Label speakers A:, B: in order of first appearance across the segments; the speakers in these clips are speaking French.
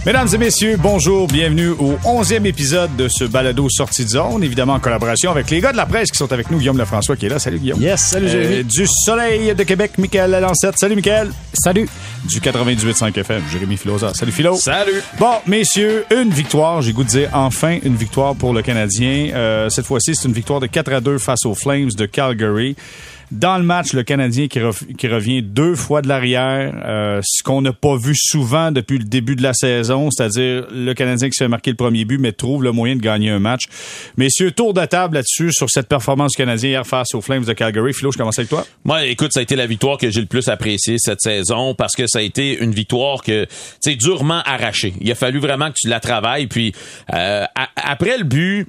A: Mesdames et messieurs, bonjour, bienvenue au 11e épisode de ce balado Sortie de zone, évidemment en collaboration avec les gars de la presse qui sont avec nous, Guillaume Lefrançois qui est là. Salut Guillaume.
B: Yes, salut Jérémy.
A: Du Soleil de Québec, Michael Lalancette. Salut Michael.
B: Salut.
A: Du 98.5 FM, Jérémy Filosa. Salut Philo.
C: Salut.
A: Bon, messieurs, une victoire, j'ai goût de dire enfin une victoire pour le Canadien. Cette fois-ci, c'est une victoire de 4-2 face aux Flames de Calgary. Dans le match, le Canadien qui revient 2 fois de l'arrière, ce qu'on n'a pas vu souvent depuis le début de la saison, c'est-à-dire le Canadien qui se fait marquer le premier but, mais trouve le moyen de gagner un match. Messieurs, tour de table là-dessus sur cette performance du Canadien hier face aux Flames de Calgary. Philo, je commence avec toi.
C: Moi, écoute, ça a été la victoire que j'ai le plus appréciée cette saison parce que ça a été une victoire que, tu sais, durement arrachée. Il a fallu vraiment que tu la travailles. Puis, après le but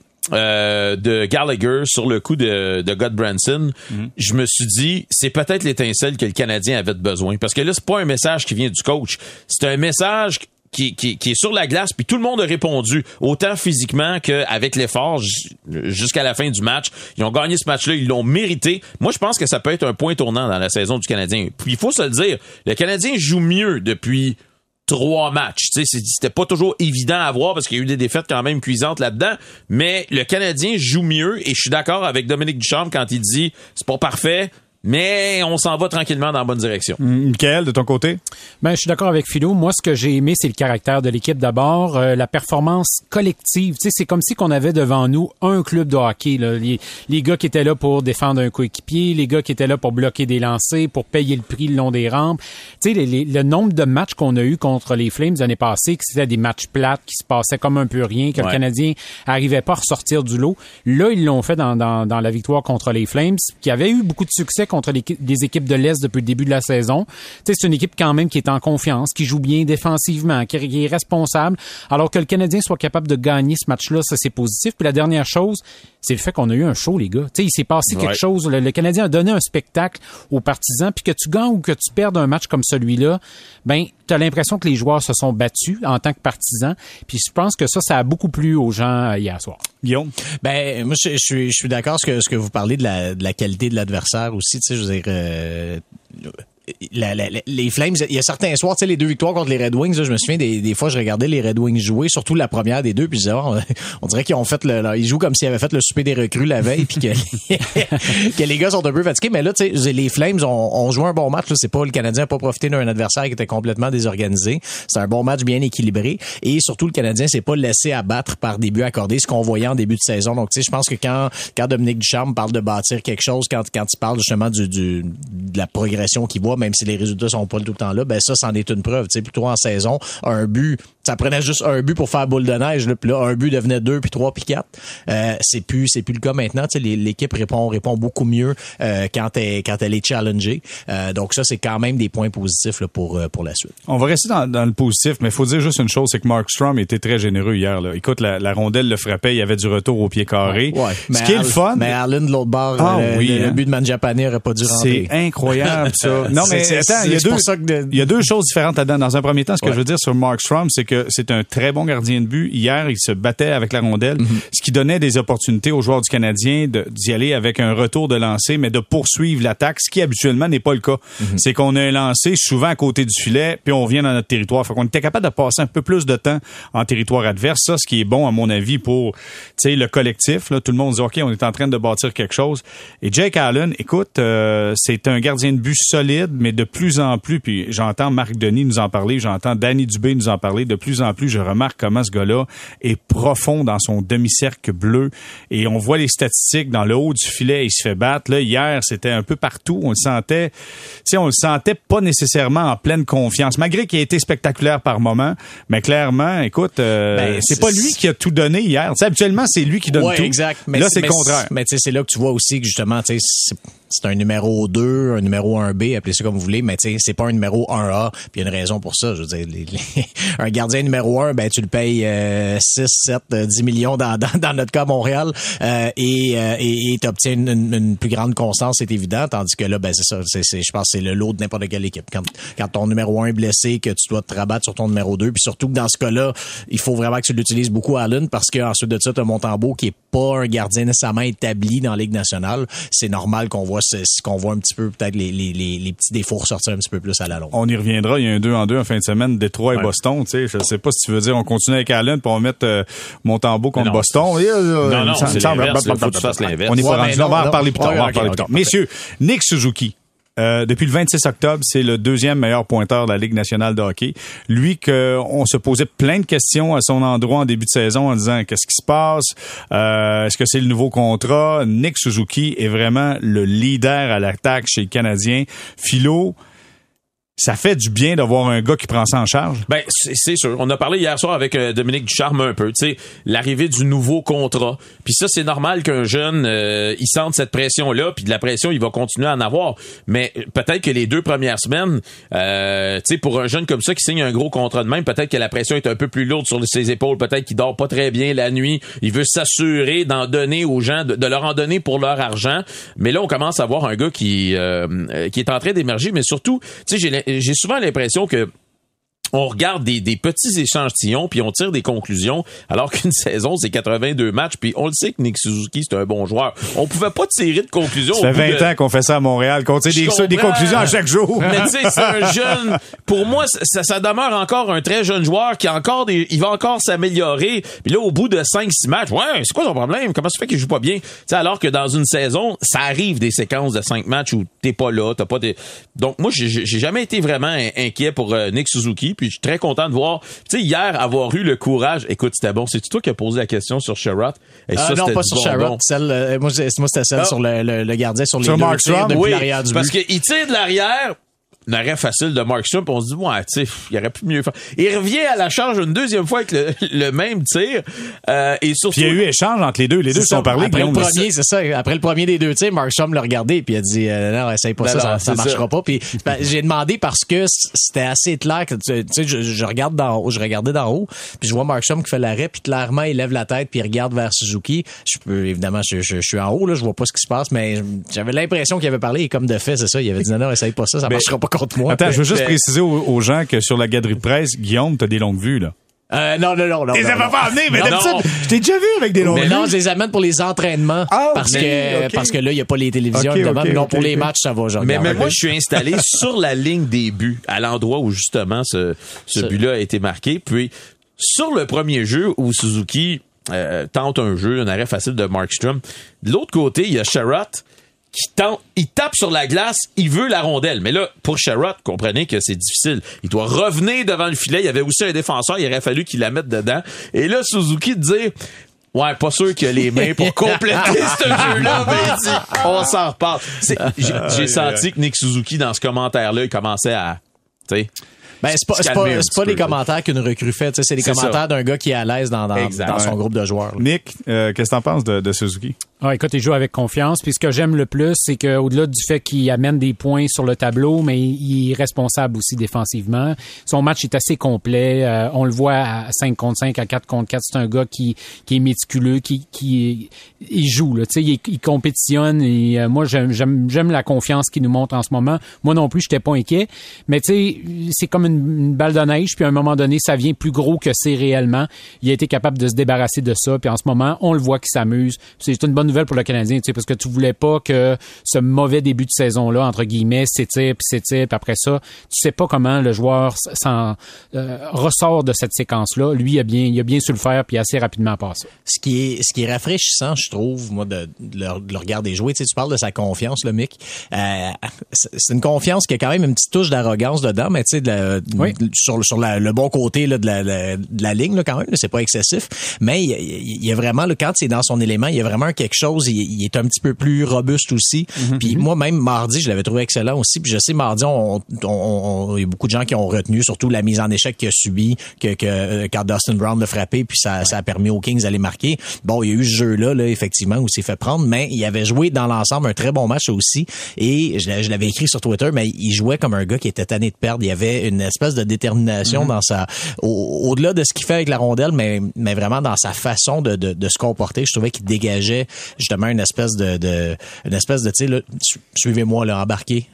C: de Gallagher sur le coup de Goodbranson, je me suis dit, c'est peut-être l'étincelle que le Canadien avait besoin. Parce que là, c'est pas un message qui vient du coach. C'est un message qui est sur la glace, puis tout le monde a répondu, autant physiquement qu'avec l'effort jusqu'à la fin du match. Ils ont gagné ce match-là, ils l'ont mérité. Moi, je pense que ça peut être un point tournant dans la saison du Canadien. Puis il faut se le dire, le Canadien joue mieux depuis 3 matchs. Tu sais, c'était pas toujours évident à voir parce qu'il y a eu des défaites quand même cuisantes là-dedans, mais le Canadien joue mieux et je suis d'accord avec Dominique Ducharme quand il dit c'est pas parfait, mais on s'en va tranquillement dans la bonne direction.
A: Michael, de ton côté?
B: Ben, je suis d'accord avec Philo. Moi, ce que j'ai aimé, c'est le caractère de l'équipe d'abord, la performance collective. Tu sais, c'est comme si qu'on avait devant nous un club de hockey, là. Les gars qui étaient là pour défendre un coéquipier, les gars qui étaient là pour bloquer des lancers, pour payer le prix le long des rampes. Tu sais, le nombre de matchs qu'on a eu contre les Flames l'année passée, que c'était des matchs plates, qui se passaient comme un peu rien, que le Canadien arrivait pas à ressortir du lot. Là, ils l'ont fait dans la victoire contre les Flames, qui avait eu beaucoup de succès contre les équipes de l'Est depuis le début de la saison. Tu sais, c'est une équipe quand même qui est en confiance, qui joue bien défensivement, qui est responsable. Alors que le Canadien soit capable de gagner ce match-là, ça c'est positif. Puis la dernière chose, c'est le fait qu'on a eu un show, les gars. Tu sais, il s'est passé quelque chose. Le Canadien a donné un spectacle aux partisans. Puis que tu gagnes ou que tu perdes un match comme celui-là, ben t'as l'impression que les joueurs se sont battus en tant que partisans. Puis je pense que ça a beaucoup plu aux gens hier soir.
A: Guillaume?
D: Ben, moi, je suis d'accord ce que vous parlez de la qualité de l'adversaire aussi. Tu sais, je veux dire, les Flames, il y a certains soirs, tu sais, les 2 victoires contre les Red Wings, là, je me souviens des fois, je regardais les Red Wings jouer, surtout la première des 2, puis je disais, on dirait qu'ils ont fait ils jouent comme s'ils avaient fait le souper des recrues la veille, puis que les gars sont un peu fatigués. Mais là, tu sais, les Flames ont joué un bon match. Là, c'est pas le Canadien n'a pas profité d'un adversaire qui était complètement désorganisé. C'est un bon match bien équilibré, et surtout le Canadien s'est pas laissé abattre par des buts accordés, ce qu'on voyait en début de saison. Donc, tu sais, je pense que quand Dominique Ducharme parle de bâtir quelque chose, quand il parle justement de la progression qu'il voit, même si les résultats sont pas tout le temps là, ben ça, c'en est une preuve. Tu sais, plutôt en saison, un but, ça prenait juste un but pour faire boule de neige, là, puis là, un but devenait 2, puis 3, puis 4. C'est plus le cas maintenant. Tu sais, l'équipe répond beaucoup mieux quand elle est challengée. Donc ça, c'est quand même des points positifs là, pour la suite.
A: On va rester dans le positif, mais il faut dire juste une chose, c'est que Markstrom était très généreux hier. Là. Écoute, la rondelle le frappait, il y avait du retour au pied carré. Ouais. Ce qui est le fun.
D: Mais Allen de l'autre bord, le but de Mangiapane n'aurait pas dû rentrer.
A: C'est incroyable, ça. Non, mais attends, il y a 2 choses différentes là-dedans. Dans un premier temps, ce que je veux dire sur Markstrom, c'est que c'est un très bon gardien de but. Hier, il se battait avec la rondelle, ce qui donnait des opportunités aux joueurs du Canadien d'y aller avec un retour de lancer, mais de poursuivre l'attaque, ce qui habituellement n'est pas le cas. C'est qu'on a un lancer souvent à côté du filet, puis on vient dans notre territoire. Fait qu'on était capable de passer un peu plus de temps en territoire adverse. Ça, ce qui est bon, à mon avis, pour le collectif. Là, tout le monde dit, OK, on est en train de bâtir quelque chose. Et Jake Allen, écoute, c'est un gardien de but solide, mais de plus en plus, puis j'entends Marc Denis nous en parler, j'entends Danny Dubé nous en parler, de plus en plus, je remarque comment ce gars-là est profond dans son demi-cercle bleu et on voit les statistiques dans le haut du filet, il se fait battre. Là, hier, c'était un peu partout, on le sentait pas nécessairement en pleine confiance, malgré qu'il a été spectaculaire par moment, mais clairement, écoute, c'est pas lui qui a tout donné hier. T'sais, habituellement, c'est lui qui donne tout.
D: Exact.
A: Mais là, c'est le contraire.
D: Mais tu sais, c'est là que tu vois aussi que justement, tu sais, c'est un numéro 2, un numéro 1B, appelez ça comme vous voulez, mais tu sais, c'est pas un numéro 1A, puis il y a une raison pour ça. Je veux dire, un gardien numéro 1, ben tu le payes 6, 7, 10 millions dans notre cas à Montréal, et t'obtiens une plus grande constance, c'est évident, tandis que là, ben c'est ça, je pense que c'est le lot de n'importe quelle équipe. Quand ton numéro 1 est blessé, que tu dois te rabattre sur ton numéro 2, puis surtout que dans ce cas-là, il faut vraiment que tu l'utilises beaucoup, Allen, parce qu'ensuite de ça, t'as Montembeault qui est pas un gardien nécessairement établi dans la Ligue nationale, c'est normal qu'on voit un petit peu peut-être les petits défauts ressortir un petit peu plus à la longue.
A: On y reviendra. Il y a un 2-2 en fin de semaine, Détroit et Boston. Tu sais, je sais pas si tu veux dire on continue avec Allen puis on va mettre Montembeault contre Boston.
C: Non, c'est l'inverse. Faut que tu fasses l'inverse.
A: On n'est pas rendu là. On va en parler plus tard. Messieurs, Nick Suzuki. Depuis le 26 octobre, c'est le deuxième meilleur pointeur de la Ligue nationale de hockey. Lui, on se posait plein de questions à son endroit en début de saison en disant qu'est-ce qui se passe? Est-ce que c'est le nouveau contrat? Nick Suzuki est vraiment le leader à l'attaque chez les Canadiens. Philo, ça fait du bien d'avoir un gars qui prend ça en charge.
C: Ben, c'est sûr. On a parlé hier soir avec Dominique Ducharme un peu, tu sais, l'arrivée du nouveau contrat. Puis ça, c'est normal qu'un jeune, il sente cette pression-là, puis de la pression, il va continuer à en avoir. Mais peut-être que les 2 premières semaines, tu sais, pour un jeune comme ça qui signe un gros contrat de même, peut-être que la pression est un peu plus lourde sur ses épaules, peut-être qu'il dort pas très bien la nuit. Il veut s'assurer d'en donner aux gens, de leur en donner pour leur argent. Mais là, on commence à voir un gars qui est en train d'émerger, mais surtout, tu sais, j'ai souvent l'impression que on regarde des petits échantillons puis on tire des conclusions alors qu'une saison c'est 82 matchs puis on le sait que Nick Suzuki c'est un bon joueur. On pouvait pas tirer de conclusions.
A: Ça fait 20 ans qu'on fait ça à Montréal, qu'on tire des conclusions à chaque jour.
C: Mais tu sais, c'est un jeune, pour moi ça demeure encore un très jeune joueur qui a encore il va encore s'améliorer. Puis là au bout de 5-6 matchs, ouais, c'est quoi son problème? Comment ça fait qu'il joue pas bien? Tu sais, alors que dans une saison, ça arrive des séquences de 5 matchs où t'es pas là, t'as pas des... Donc moi j'ai jamais été vraiment inquiet pour Nick Suzuki. Puis je suis très content de voir, tu sais, hier, avoir eu le courage. Écoute, c'était bon. C'est toi qui as posé la question sur Sherratt?
D: Non, pas sur Sherratt. Moi, c'était celle sur le gardien, sur les deux tirs depuis l'arrière du but.
C: Parce qu'il tire de l'arrière. Un arrêt facile de Markstrom, puis on se dit, ouais, tu sais, il aurait pu mieux faire. Il revient à la charge une deuxième fois avec le même tir. Et surtout.
A: Puis il y a eu échange entre les deux. Les deux se sont parlé.
D: Après le premier, c'est ça. Après le premier des 2 tirs, Markstrom l'a regardé, puis il a dit, non, essaye pas ça marchera pas. Puis j'ai demandé parce que c'était assez clair que, tu sais, je regardais d'en haut, puis je vois Markstrom qui fait l'arrêt, puis clairement, il lève la tête, puis il regarde vers Suzuki. Évidemment, je suis en haut, là, je vois pas ce qui se passe, mais j'avais l'impression qu'il avait parlé, et comme de fait, c'est ça. Il avait dit, non, essaye pas ça marchera pas. Moi.
A: Attends, je veux juste préciser aux gens que sur la galerie de presse, Guillaume, t'as des longues vues, là.
D: Non.
A: T'es pas amené, mais d'habitude, je t'ai déjà vu avec des longues vues.
D: Mais non, je les amène pour les entraînements. Parce que là, il n'y a pas les télévisions, évidemment. Mais non, pour les matchs, ça va, genre.
C: Mais moi, je suis installé sur la ligne des buts, à l'endroit où, justement, ce but-là a été marqué. Puis, sur le premier jeu où Suzuki tente un jeu, un arrêt facile de Markstrom, de l'autre côté, il y a Sherratt il tape sur la glace, il veut la rondelle. Mais là, pour Sherratt, comprenez que c'est difficile. Il doit revenir devant le filet. Il y avait aussi un défenseur, il aurait fallu qu'il la mette dedans. Et là, Suzuki dit, ouais, pas sûr qu'il a les mains pour compléter ce jeu-là, mais il dit, on s'en reparle. J'ai senti que Nick Suzuki, dans ce commentaire-là, il commençait à, tu sais,
D: ben, c'est pas des commentaires qu'une recrue fait, c'est des commentaires d'un gars qui est à l'aise dans son groupe de joueurs. Là.
A: Nick, qu'est-ce que t'en penses de Suzuki?
B: Ah, écoute, il joue avec confiance. Puis ce que j'aime le plus, c'est qu'au-delà du fait qu'il amène des points sur le tableau, mais il est responsable aussi défensivement. Son match est assez complet. On le voit à 5 contre 5, à 4 contre 4. C'est un gars qui est méticuleux, il joue, là. Tu sais, il compétitionne. Et moi, j'aime la confiance qu'il nous montre en ce moment. Moi non plus, j'étais pas inquiet. Mais tu sais, c'est comme une balle de neige. Puis à un moment donné, ça vient plus gros que c'est réellement. Il a été capable de se débarrasser de ça. Puis en ce moment, on le voit qu'il s'amuse. C'est une bonne nouvelle pour le Canadien, tu sais, parce que tu voulais pas que ce mauvais début de saison-là, entre guillemets, s'étire, puis après ça, tu sais pas comment le joueur ressort de cette séquence-là. Lui, il a bien su le faire, puis assez rapidement passé.
D: Ce qui est rafraîchissant, je trouve, moi, de le regarder jouer. Tu sais, tu parles de sa confiance, là, Mick. C'est une confiance qui a quand même une petite touche d'arrogance dedans, mais tu sais, sur le bon côté là, de la ligne, là, quand même, là, c'est pas excessif. Mais il y a vraiment, là, quand c'est dans son élément, il y a vraiment quelque chose, il est un petit peu plus robuste aussi. Puis moi, même mardi, je l'avais trouvé excellent aussi. Puis je sais, mardi, il y a beaucoup de gens qui ont retenu surtout la mise en échec qu'il a subi, quand Dustin Brown l'a frappé, puis ça a permis aux Kings d'aller marquer. Bon, il y a eu ce jeu-là, là, effectivement, où il s'est fait prendre, mais il avait joué dans l'ensemble un très bon match aussi. Et je l'avais écrit sur Twitter, mais il jouait comme un gars qui était tanné de perdre. Il y avait une espèce de détermination dans au-delà de ce qu'il fait avec la rondelle, mais vraiment dans sa façon de se comporter. Je trouvais qu'il dégageait justement une espèce de tu sais là, suivez-moi là, embarqué.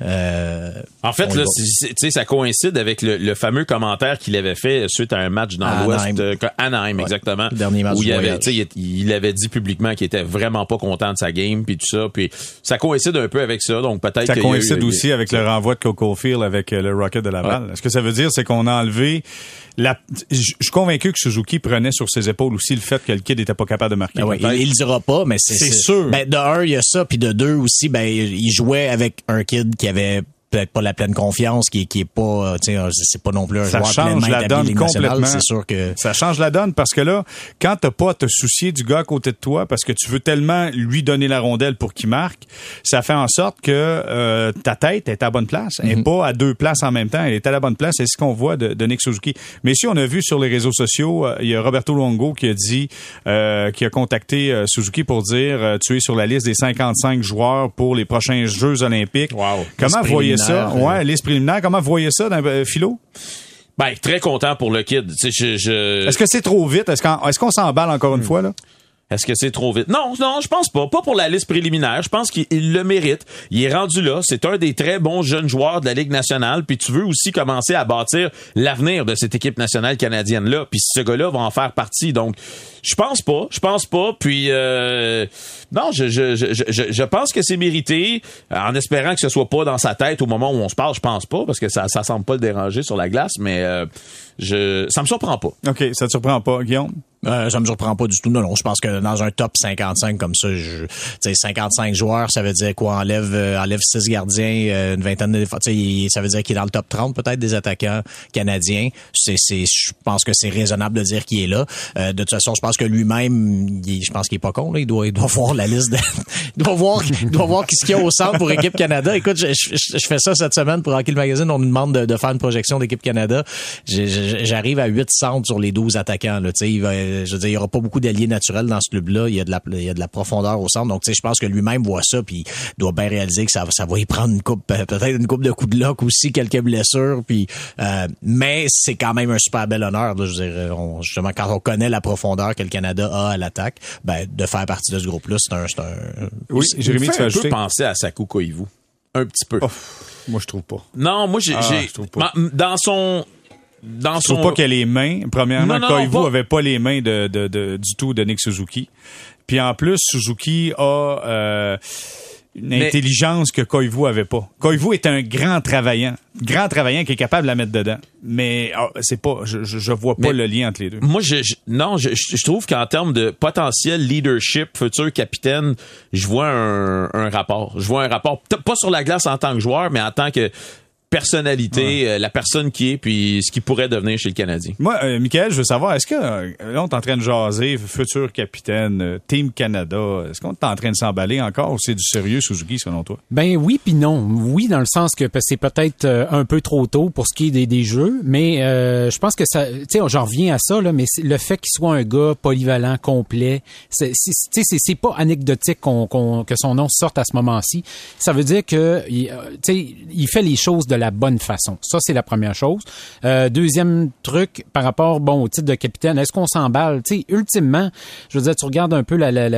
C: En fait là, tu sais, ça coïncide avec le fameux commentaire qu'il avait fait suite à un match dans l'Ouest, Anaheim exactement,
D: le dernier match
C: où il avait dit publiquement qu'il était vraiment pas content de sa game puis tout ça, puis ça coïncide un peu avec ça, donc peut-être
A: ça coïncide aussi avec le renvoi de Coco Field avec le Rocket de Laval. Ouais. Ce que ça veut dire, c'est qu'on a enlevé je suis convaincu que Suzuki prenait sur ses épaules aussi le fait que le kid était pas capable de marquer.
D: Ben oui, il le dira pas, mais c'est
A: sûr.
D: Ben, de un, il y a ça, puis de deux aussi, ben il jouait avec un kid qui avait peut-être pas la pleine confiance, qui est pas, tu sais, c'est pas non plus un joueur pleinement établi Ligue nationale, c'est sûr que
A: ça change la donne parce que là, quand t'as pas à te soucier du gars à côté de toi parce que tu veux tellement lui donner la rondelle pour qu'il marque, ça fait en sorte que ta tête est à la bonne place, elle est pas à deux places en même temps, elle est à la bonne place, c'est ce qu'on voit de Nick Suzuki. Mais ici, on a vu sur les réseaux sociaux, il y a Roberto Luongo qui a dit, qui a contacté Suzuki pour dire, tu es sur la liste des 55 joueurs pour les prochains Jeux olympiques.
C: Wow.
A: Comment voyez ça? Ouais, liste préliminaire. Comment vous voyez ça, Philo?
C: Ben, très content pour le kid.
A: Est-ce que c'est trop vite? Est-ce qu'on s'emballe encore une fois, là?
C: Est-ce que c'est trop vite? Non, je pense pas. Pas pour la liste préliminaire. Je pense qu'il le mérite. Il est rendu là. C'est un des très bons jeunes joueurs de la Ligue nationale. Puis tu veux aussi commencer à bâtir l'avenir de cette équipe nationale canadienne-là. Puis ce gars-là va en faire partie. Donc, je pense pas. Puis, non, je pense que c'est mérité. En espérant que ce soit pas dans sa tête au moment où on se parle, je pense pas. Parce que ça semble pas le déranger sur la glace. Mais, ça me surprend pas.
A: OK, ça te surprend pas, Guillaume?
D: Ça me surprend pas du tout. Non, je pense que dans un top 55 comme ça, tu sais, 55 joueurs, ça veut dire quoi? Enlève 6 gardiens, une vingtaine de défenseurs. Ça veut dire qu'il est dans le top 30 peut-être des attaquants canadiens. Je pense que c'est raisonnable de dire qu'il est là. De toute façon, je pense que lui-même, je pense qu'il est pas con, là. Il doit voir la liste il doit voir ce qu'il y a au centre pour Équipe Canada. Écoute, je fais ça cette semaine pour Hockey le Magazine. On nous demande de faire une projection d'Équipe Canada. J'arrive à 8 centres sur les 12 attaquants, là. Tu sais, je veux dire, il y aura pas beaucoup d'alliés naturels dans ce club-là. Il y a de la profondeur au centre. Donc, tu sais, je pense que lui-même voit ça puis doit bien réaliser que ça va y prendre peut-être une coupe de coups de lock aussi, quelques blessures. Puis, mais c'est quand même un super bel honneur. Là, je veux dire, justement, quand on connaît la profondeur que le Canada a à l'attaque, ben, de faire partie de ce groupe-là, c'est un.
A: Oui, Jérémy, tu vas
C: ajouter. Un peu penser à Saku Koivu. Un petit peu.
A: Oh, moi, je trouve pas.
C: Non, moi, je trouve pas. Je
A: trouve pas qu'il y a les mains. Premièrement, Koivu avait pas les mains du tout de Nick Suzuki. Puis en plus, Suzuki a une intelligence que Koivu avait pas. Koivu est un grand travaillant qui est capable de la mettre dedans. Mais c'est pas, je vois pas le lien entre les deux.
C: Moi, je trouve qu'en termes de potentiel leadership, futur capitaine, je vois un rapport. Je vois un rapport, pas sur la glace en tant que joueur, mais en tant que personnalité, la personne qui est, puis ce qui pourrait devenir chez le Canadien.
A: Moi, Michael, je veux savoir, est-ce que là, on est en train de jaser, futur capitaine, Team Canada, est-ce qu'on est en train de s'emballer encore ou c'est du sérieux, Suzuki, selon toi?
B: Ben oui puis non. Oui, dans le sens que c'est peut-être un peu trop tôt pour ce qui est des jeux, mais je pense que ça, tu sais, j'en reviens à ça, là, mais le fait qu'il soit un gars polyvalent, complet, c'est pas anecdotique que son nom sorte à ce moment-ci. Ça veut dire que, tu sais, il fait les choses de la bonne façon. Ça, c'est la première chose. Deuxième truc, par rapport, au titre de capitaine, est-ce qu'on s'emballe? Tu sais, ultimement, je veux dire, tu regardes un peu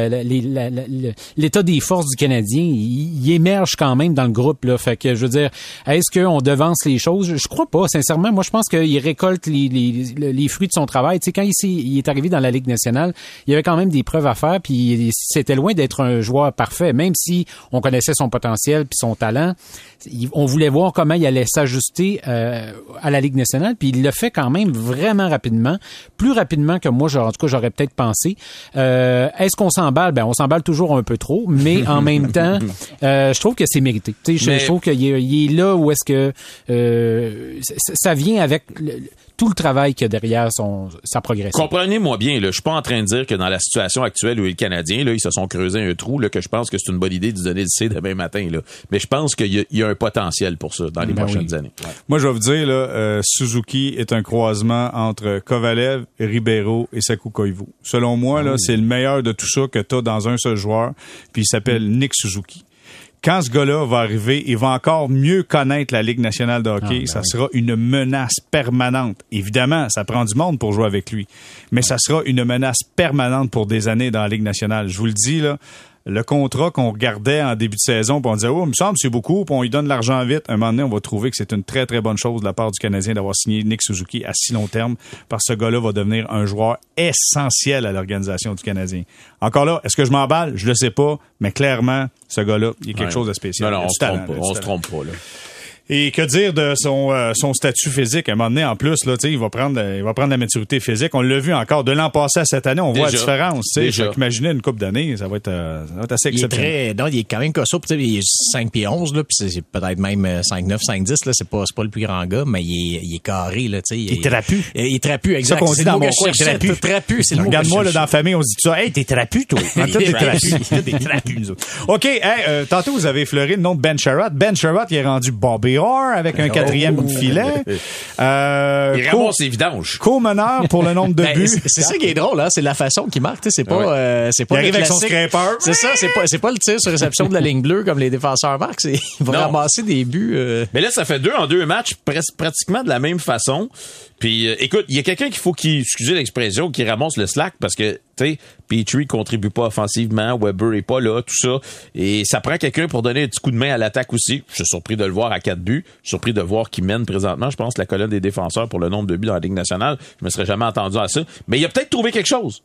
B: l'état des forces du Canadien, il émerge quand même dans le groupe, là. Fait que, je veux dire, est-ce qu'on devance les choses? Je crois pas, sincèrement. Moi, je pense qu'il récolte les fruits de son travail. Tu sais, quand il est arrivé dans la Ligue nationale, il y avait quand même des preuves à faire, puis c'était loin d'être un joueur parfait, même si on connaissait son potentiel puis son talent. On voulait voir comment il allait s'ajuster à la Ligue nationale, puis il le fait quand même vraiment rapidement, plus rapidement que moi, en tout cas, j'aurais peut-être pensé. Est-ce qu'on s'emballe? Ben, on s'emballe toujours un peu trop, mais en même temps, je trouve que c'est mérité. Je trouve qu'il est là où est-ce que ça vient avec tout le travail qu'il y a derrière sa progression.
C: Comprenez-moi bien, là, je suis pas en train de dire que dans la situation actuelle où les Canadiens, là, ils se sont creusés un trou, là, que je pense que c'est une bonne idée de donner le C demain matin, là. Mais je pense qu'il y a un potentiel pour ça dans les prochaines années. Ouais.
A: Moi, je vais vous dire, là, Suzuki est un croisement entre Kovalev, Ribeiro et Saku Koivu. Selon moi, là, c'est le meilleur de tout ça que t'as dans un seul joueur, puis il s'appelle Nick Suzuki. Quand ce gars-là va arriver, il va encore mieux connaître la Ligue nationale de hockey. Ça sera une menace permanente. Évidemment, ça prend du monde pour jouer avec lui. Mais ça sera une menace permanente pour des années dans la Ligue nationale. Je vous le dis, là, le contrat qu'on regardait en début de saison, puis on disait, il me semble que c'est beaucoup, puis on lui donne l'argent vite. Un moment donné, on va trouver que c'est une très, très bonne chose de la part du Canadien d'avoir signé Nick Suzuki à si long terme, parce que ce gars-là va devenir un joueur essentiel à l'organisation du Canadien. Encore là, est-ce que je m'emballe? Je le sais pas, mais clairement, ce gars-là, il y a quelque chose de spécial.
C: Non, on se trompe pas, là.
A: Et que dire de son statut physique? À un moment donné, en plus, là, il va prendre la maturité physique. On l'a vu encore de l'an passé à cette année. On voit la différence. Imaginez une couple d'années, ça va être assez exceptionnel.
D: Il est quand même costaud. Il est 5 pieds 11, là, puis c'est peut-être même 5'9", 5'10", là. C'est pas le plus grand gars, mais il est carré, là,
A: il est trapu.
D: Il est trapu, exact.
A: C'est ça qu'on dit dans mon coin,
D: trapu. C'est le mot.
A: Regarde-moi, là, dans la famille, on se dit ça. Hey, t'es trapu, toi. T'es trapu, nous autres. OK, tantôt, vous avez effleuré le nom de Ben Sherratt. Ben Sherratt, il est rendu Bobby Orr avec un 4e filet.
C: Il ramasse ses vidanges.
A: Co-meneur pour le nombre de buts.
D: C'est ça qui est drôle, hein? C'est la façon qu'il marque. C'est pas, c'est pas
A: il arrive avec son scraper.
D: C'est ça, c'est pas le tir sur réception de la ligne bleue comme les défenseurs marquent. Il va ramasser des buts.
C: Mais là, ça fait 2 en 2 matchs pratiquement de la même façon. Puis, écoute, il y a quelqu'un excusez l'expression, qui ramasse le slack parce que, tu sais, Petrie contribue pas offensivement, Weber est pas là, tout ça. Et ça prend quelqu'un pour donner un petit coup de main à l'attaque aussi. Je suis surpris de le voir à 4 buts. Je suis surpris de voir qu'il mène présentement, je pense, la colonne des défenseurs pour le nombre de buts dans la Ligue nationale. Je me serais jamais attendu à ça. Mais il a peut-être trouvé quelque chose.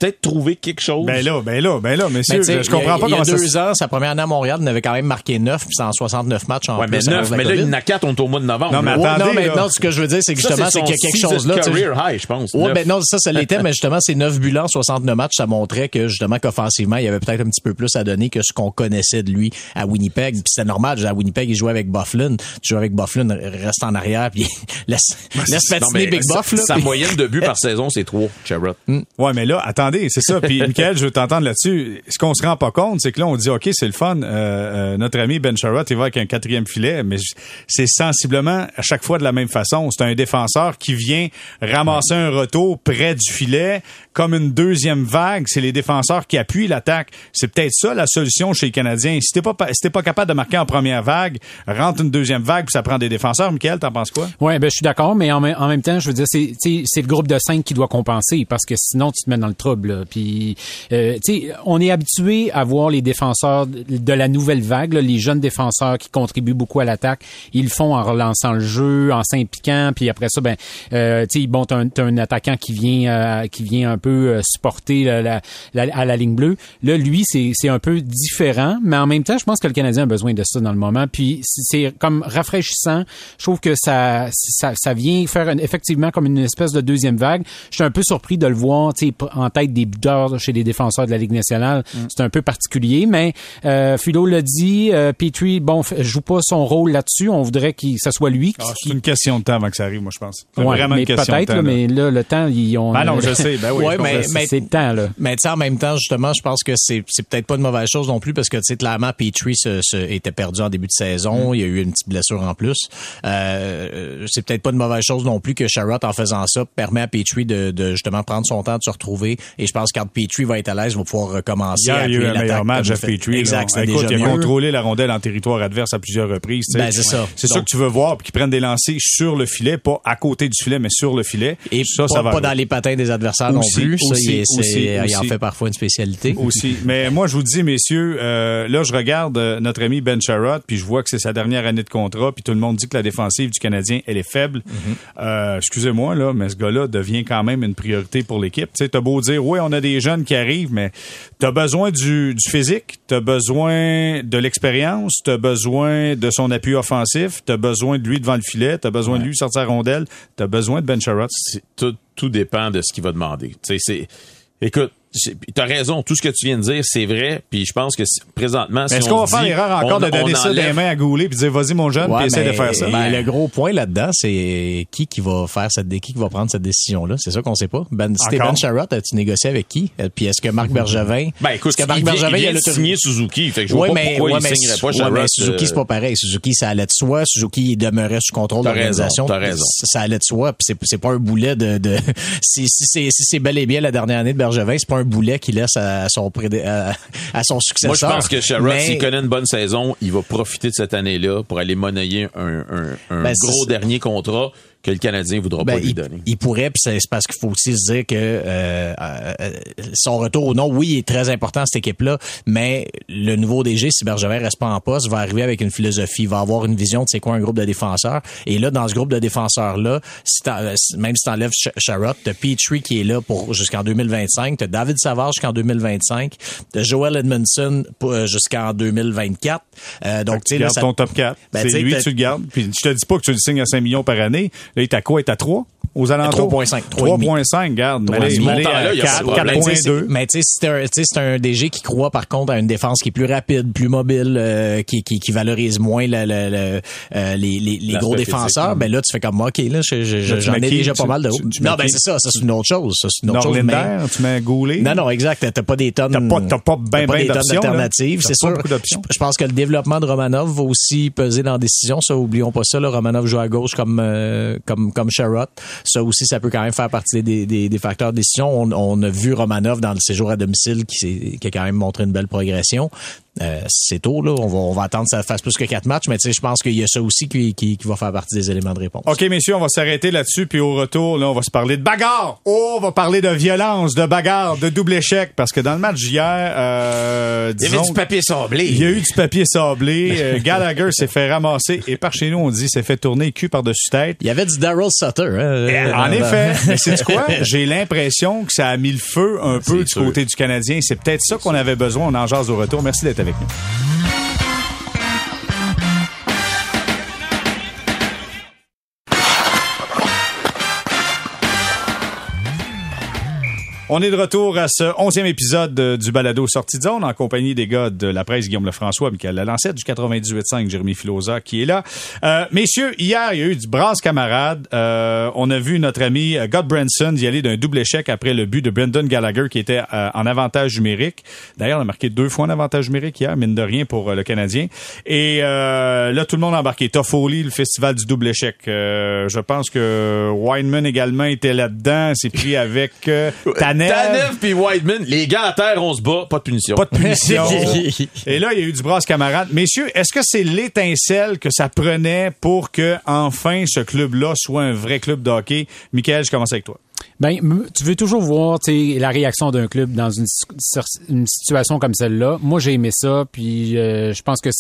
C: Ben là, messieurs, je comprends pas comment ça...
D: Il y a 2 ans, sa première année à Montréal, il avait quand même marqué 9, puis c'est en 69 matchs en plus.
C: Mais là, il y en a 4, on est au mois de novembre.
A: Non, mais attendez,
D: non, ce que je veux dire, c'est que justement, c'est qu'il y a quelque chose là.
C: Career high, je pense.
D: Ouais, ben non, ça l'était, mais justement, ces 9 buts là en 69 matchs, ça montrait que, justement, qu'offensivement, il y avait peut-être un petit peu plus à donner que ce qu'on connaissait de lui à Winnipeg. Puis c'était normal, à Winnipeg, il jouait avec Byfuglien. Tu joues avec Byfuglien, reste en arrière, puis laisse patiner Big Buff, là.
C: Sa moyenne de buts par saison, c'est 3, Sherratt.
A: Ouais, mais là, attendez, c'est ça. Puis, Michael, je veux t'entendre là-dessus. Ce qu'on se rend pas compte, c'est que là, on dit, OK, c'est le fun. Notre ami Ben Sherratt, il va avec un 4e filet, mais c'est sensiblement à chaque fois de la même façon. C'est un défenseur qui vient ramasser un retour près du filet, comme une deuxième vague. C'est les défenseurs qui appuient l'attaque. C'est peut-être ça la solution chez les Canadiens. Si t'es pas capable de marquer en première vague, rentre une deuxième vague, puis ça prend des défenseurs. Michael, t'en penses quoi?
B: Ouais, je suis d'accord, mais en même temps, je veux dire, c'est le groupe de 5 qui doit compenser, parce que sinon, tu te mets dans le trouble, là. Puis, on est habitué à voir les défenseurs de la nouvelle vague, là, les jeunes défenseurs qui contribuent beaucoup à l'attaque. Ils le font en relançant le jeu, en s'impliquant, puis après ça, t'as un attaquant qui vient un peu supporter à la ligne bleue. Là, lui, c'est un peu différent, mais en même temps, je pense que le Canadien a besoin de ça dans le moment. Puis c'est comme rafraîchissant. Je trouve que ça vient faire effectivement comme une espèce de deuxième vague. Je suis un peu surpris de le voir, en tête des buteurs chez les défenseurs de la Ligue nationale. C'est un peu particulier, mais Philo l'a dit, Petrie, joue pas son rôle là-dessus. On voudrait que ça soit lui.
A: C'est une question de temps avant que ça arrive, moi, je pense.
B: C'est vraiment une question de temps. Mais là, le temps,
A: non, je sais. Ben oui,
B: mais c'est le temps, là.
D: Mais en même temps, justement, je pense que c'est peut-être pas une mauvaise chose non plus, parce que, clairement, Petrie était perdu en début de saison. Il y a eu une petite blessure en plus. C'est peut-être pas une mauvaise chose non plus que Sherratt, en faisant ça, permet à Petrie de justement prendre son temps, de se retrouver. Et je pense que quand Petrie va être à l'aise, il va pouvoir recommencer.
A: Il y a eu un meilleur match à Petrie.
D: Exact.
A: Écoute, il a contrôlé la rondelle en territoire adverse à plusieurs reprises.
D: Ben, c'est ça.
A: C'est ça que tu veux voir, puis qu'ils prennent des lancers sur le filet, pas à côté du filet, mais sur le filet.
D: Et ça va pas dans les patins des adversaires non plus. Il en fait parfois une spécialité.
A: Aussi. Mais moi, je vous dis, messieurs, là, je regarde notre ami Ben Sherratt, puis je vois que c'est sa dernière année de contrat, puis tout le monde dit que la défensive du Canadien, elle est faible. Excusez-moi, là, mais ce gars-là devient quand même une priorité pour l'équipe. Tu sais, t'as beau dire, oui, on a des jeunes qui arrivent, mais t'as besoin du physique, t'as besoin de l'expérience, t'as besoin de son appui offensif, t'as besoin de lui devant le filet, t'as besoin de lui sortir la rondelle, t'as besoin de Ben Sherratt.
C: Tout dépend de ce qu'il va demander. Écoute, t'as raison, tout ce que tu viens de dire, c'est vrai, puis je pense que présentement...
A: Est-ce qu'on va faire l'erreur encore de donner ça des mains à Goulet puis dire vas-y mon jeune, puis essaie de faire ça?
D: Le gros point là-dedans, c'est qui va prendre cette décision-là? C'est ça qu'on sait pas. Ben Sherratt, as-tu négocié avec qui? Puis est-ce que Marc Bergevin...
C: Écoute, il vient de signer Suzuki, fait que je vois pas pourquoi il signerait pas Sherratt.
D: Mais Suzuki, c'est pas pareil. Suzuki, ça allait de soi. Suzuki demeurait sous contrôle de l'organisation.
C: T'as raison.
D: Ça allait de soi, puis c'est pas un boulet de... Si c'est bel et bien la dernière année de Bergevin, c'est pas un boulet qu'il laisse à son successeur.
C: Moi, je pense que Sherratt, s'il connaît une bonne saison, il va profiter de cette année-là pour aller monnayer un gros dernier contrat que le Canadien voudra pas lui donner.
D: Il pourrait, puis c'est parce qu'il faut aussi se dire que son retour ou non, oui, il est très important cette équipe-là, mais le nouveau DG, si Bergevin reste pas en poste, va arriver avec une philosophie, va avoir une vision de c'est quoi un groupe de défenseurs. Et là, dans ce groupe de défenseurs-là, même si t'enlèves Sherrod, t'as Petrie qui est là pour jusqu'en 2025, t'as David Savard jusqu'en 2025, t'as Joel Edmondson jusqu'en 2024.
A: Donc, tu gardes ton top 4. C'est lui, tu le gardes. Puis je te dis pas que tu le signes à 5 millions par année. Là, il est à quoi? Il est à 3? Aux alentours?
D: 3.5.
A: 3.5, garde. 4.2.
D: Mais tu sais, c'est un DG qui croit par contre à une défense qui est plus rapide, plus mobile, qui valorise moins les gros défenseurs. Physique, ben là, tu fais comme, OK, là, j'en ai déjà pas mal de haut. Non, ben c'est ça. Ça, c'est une autre chose. Ça, c'est une autre chose.
A: Tu mets Goulet.
D: Non, exact. T'as pas des tonnes.
A: T'as pas ben
D: d'alternatives. C'est sûr. Je pense que le développement de Romanov va aussi peser dans la décision. Ça, oublions pas ça. Là, Romanov joue à gauche comme Sherrod. Ça aussi, ça peut quand même faire partie des facteurs de décision. On a vu Romanov dans le séjour à domicile qui a quand même montré une belle progression. C'est tôt, là. On va attendre que ça fasse plus que 4 matchs, mais tu sais, je pense qu'il y a ça aussi qui va faire partie des éléments de réponse.
A: OK, messieurs, on va s'arrêter là-dessus, puis au retour, là, on va se parler de bagarre. On va parler de violence, de bagarre, de double échec, parce que dans le match d'hier,
C: il y avait du papier sablé.
A: Il y a eu du papier sablé. Gallagher s'est fait ramasser, et par chez nous, on dit, s'est fait tourner cul par-dessus tête.
D: Il y avait du Daryl Sutter.
A: En effet. Mais c'est quoi? J'ai l'impression que ça a mis le feu un peu du côté du Canadien. C'est peut-être ça qu'on avait besoin. On en jase au retour. Merci d'être avec nous. On est de retour à ce 11e épisode du balado Sortie de zone en compagnie des gars de la presse Guillaume Lefrançois, Michael Lalancette, du 98.5, Jérémy Filosa qui est là. Messieurs, hier, il y a eu du brasse camarade. On a vu notre ami Gottbranson y aller d'un double échec après le but de Brendan Gallagher qui était en avantage numérique. D'ailleurs, on a marqué 2 fois en avantage numérique hier, mine de rien pour le Canadien. Et là, tout le monde a embarqué. Toffoli, le festival du double échec. Je pense que Wideman également était là-dedans. C'est pris avec
C: Tanev puis Wideman, les gars à terre, on se bat, pas de punition.
A: Pas de punition. Et là, il y a eu du brasse camarade. Messieurs, est-ce que c'est l'étincelle que ça prenait pour que enfin ce club-là soit un vrai club de hockey? Michael, je commence avec toi.
B: Ben, tu veux toujours voir la réaction d'un club dans une situation comme celle-là. Moi, j'ai aimé ça, puis je pense que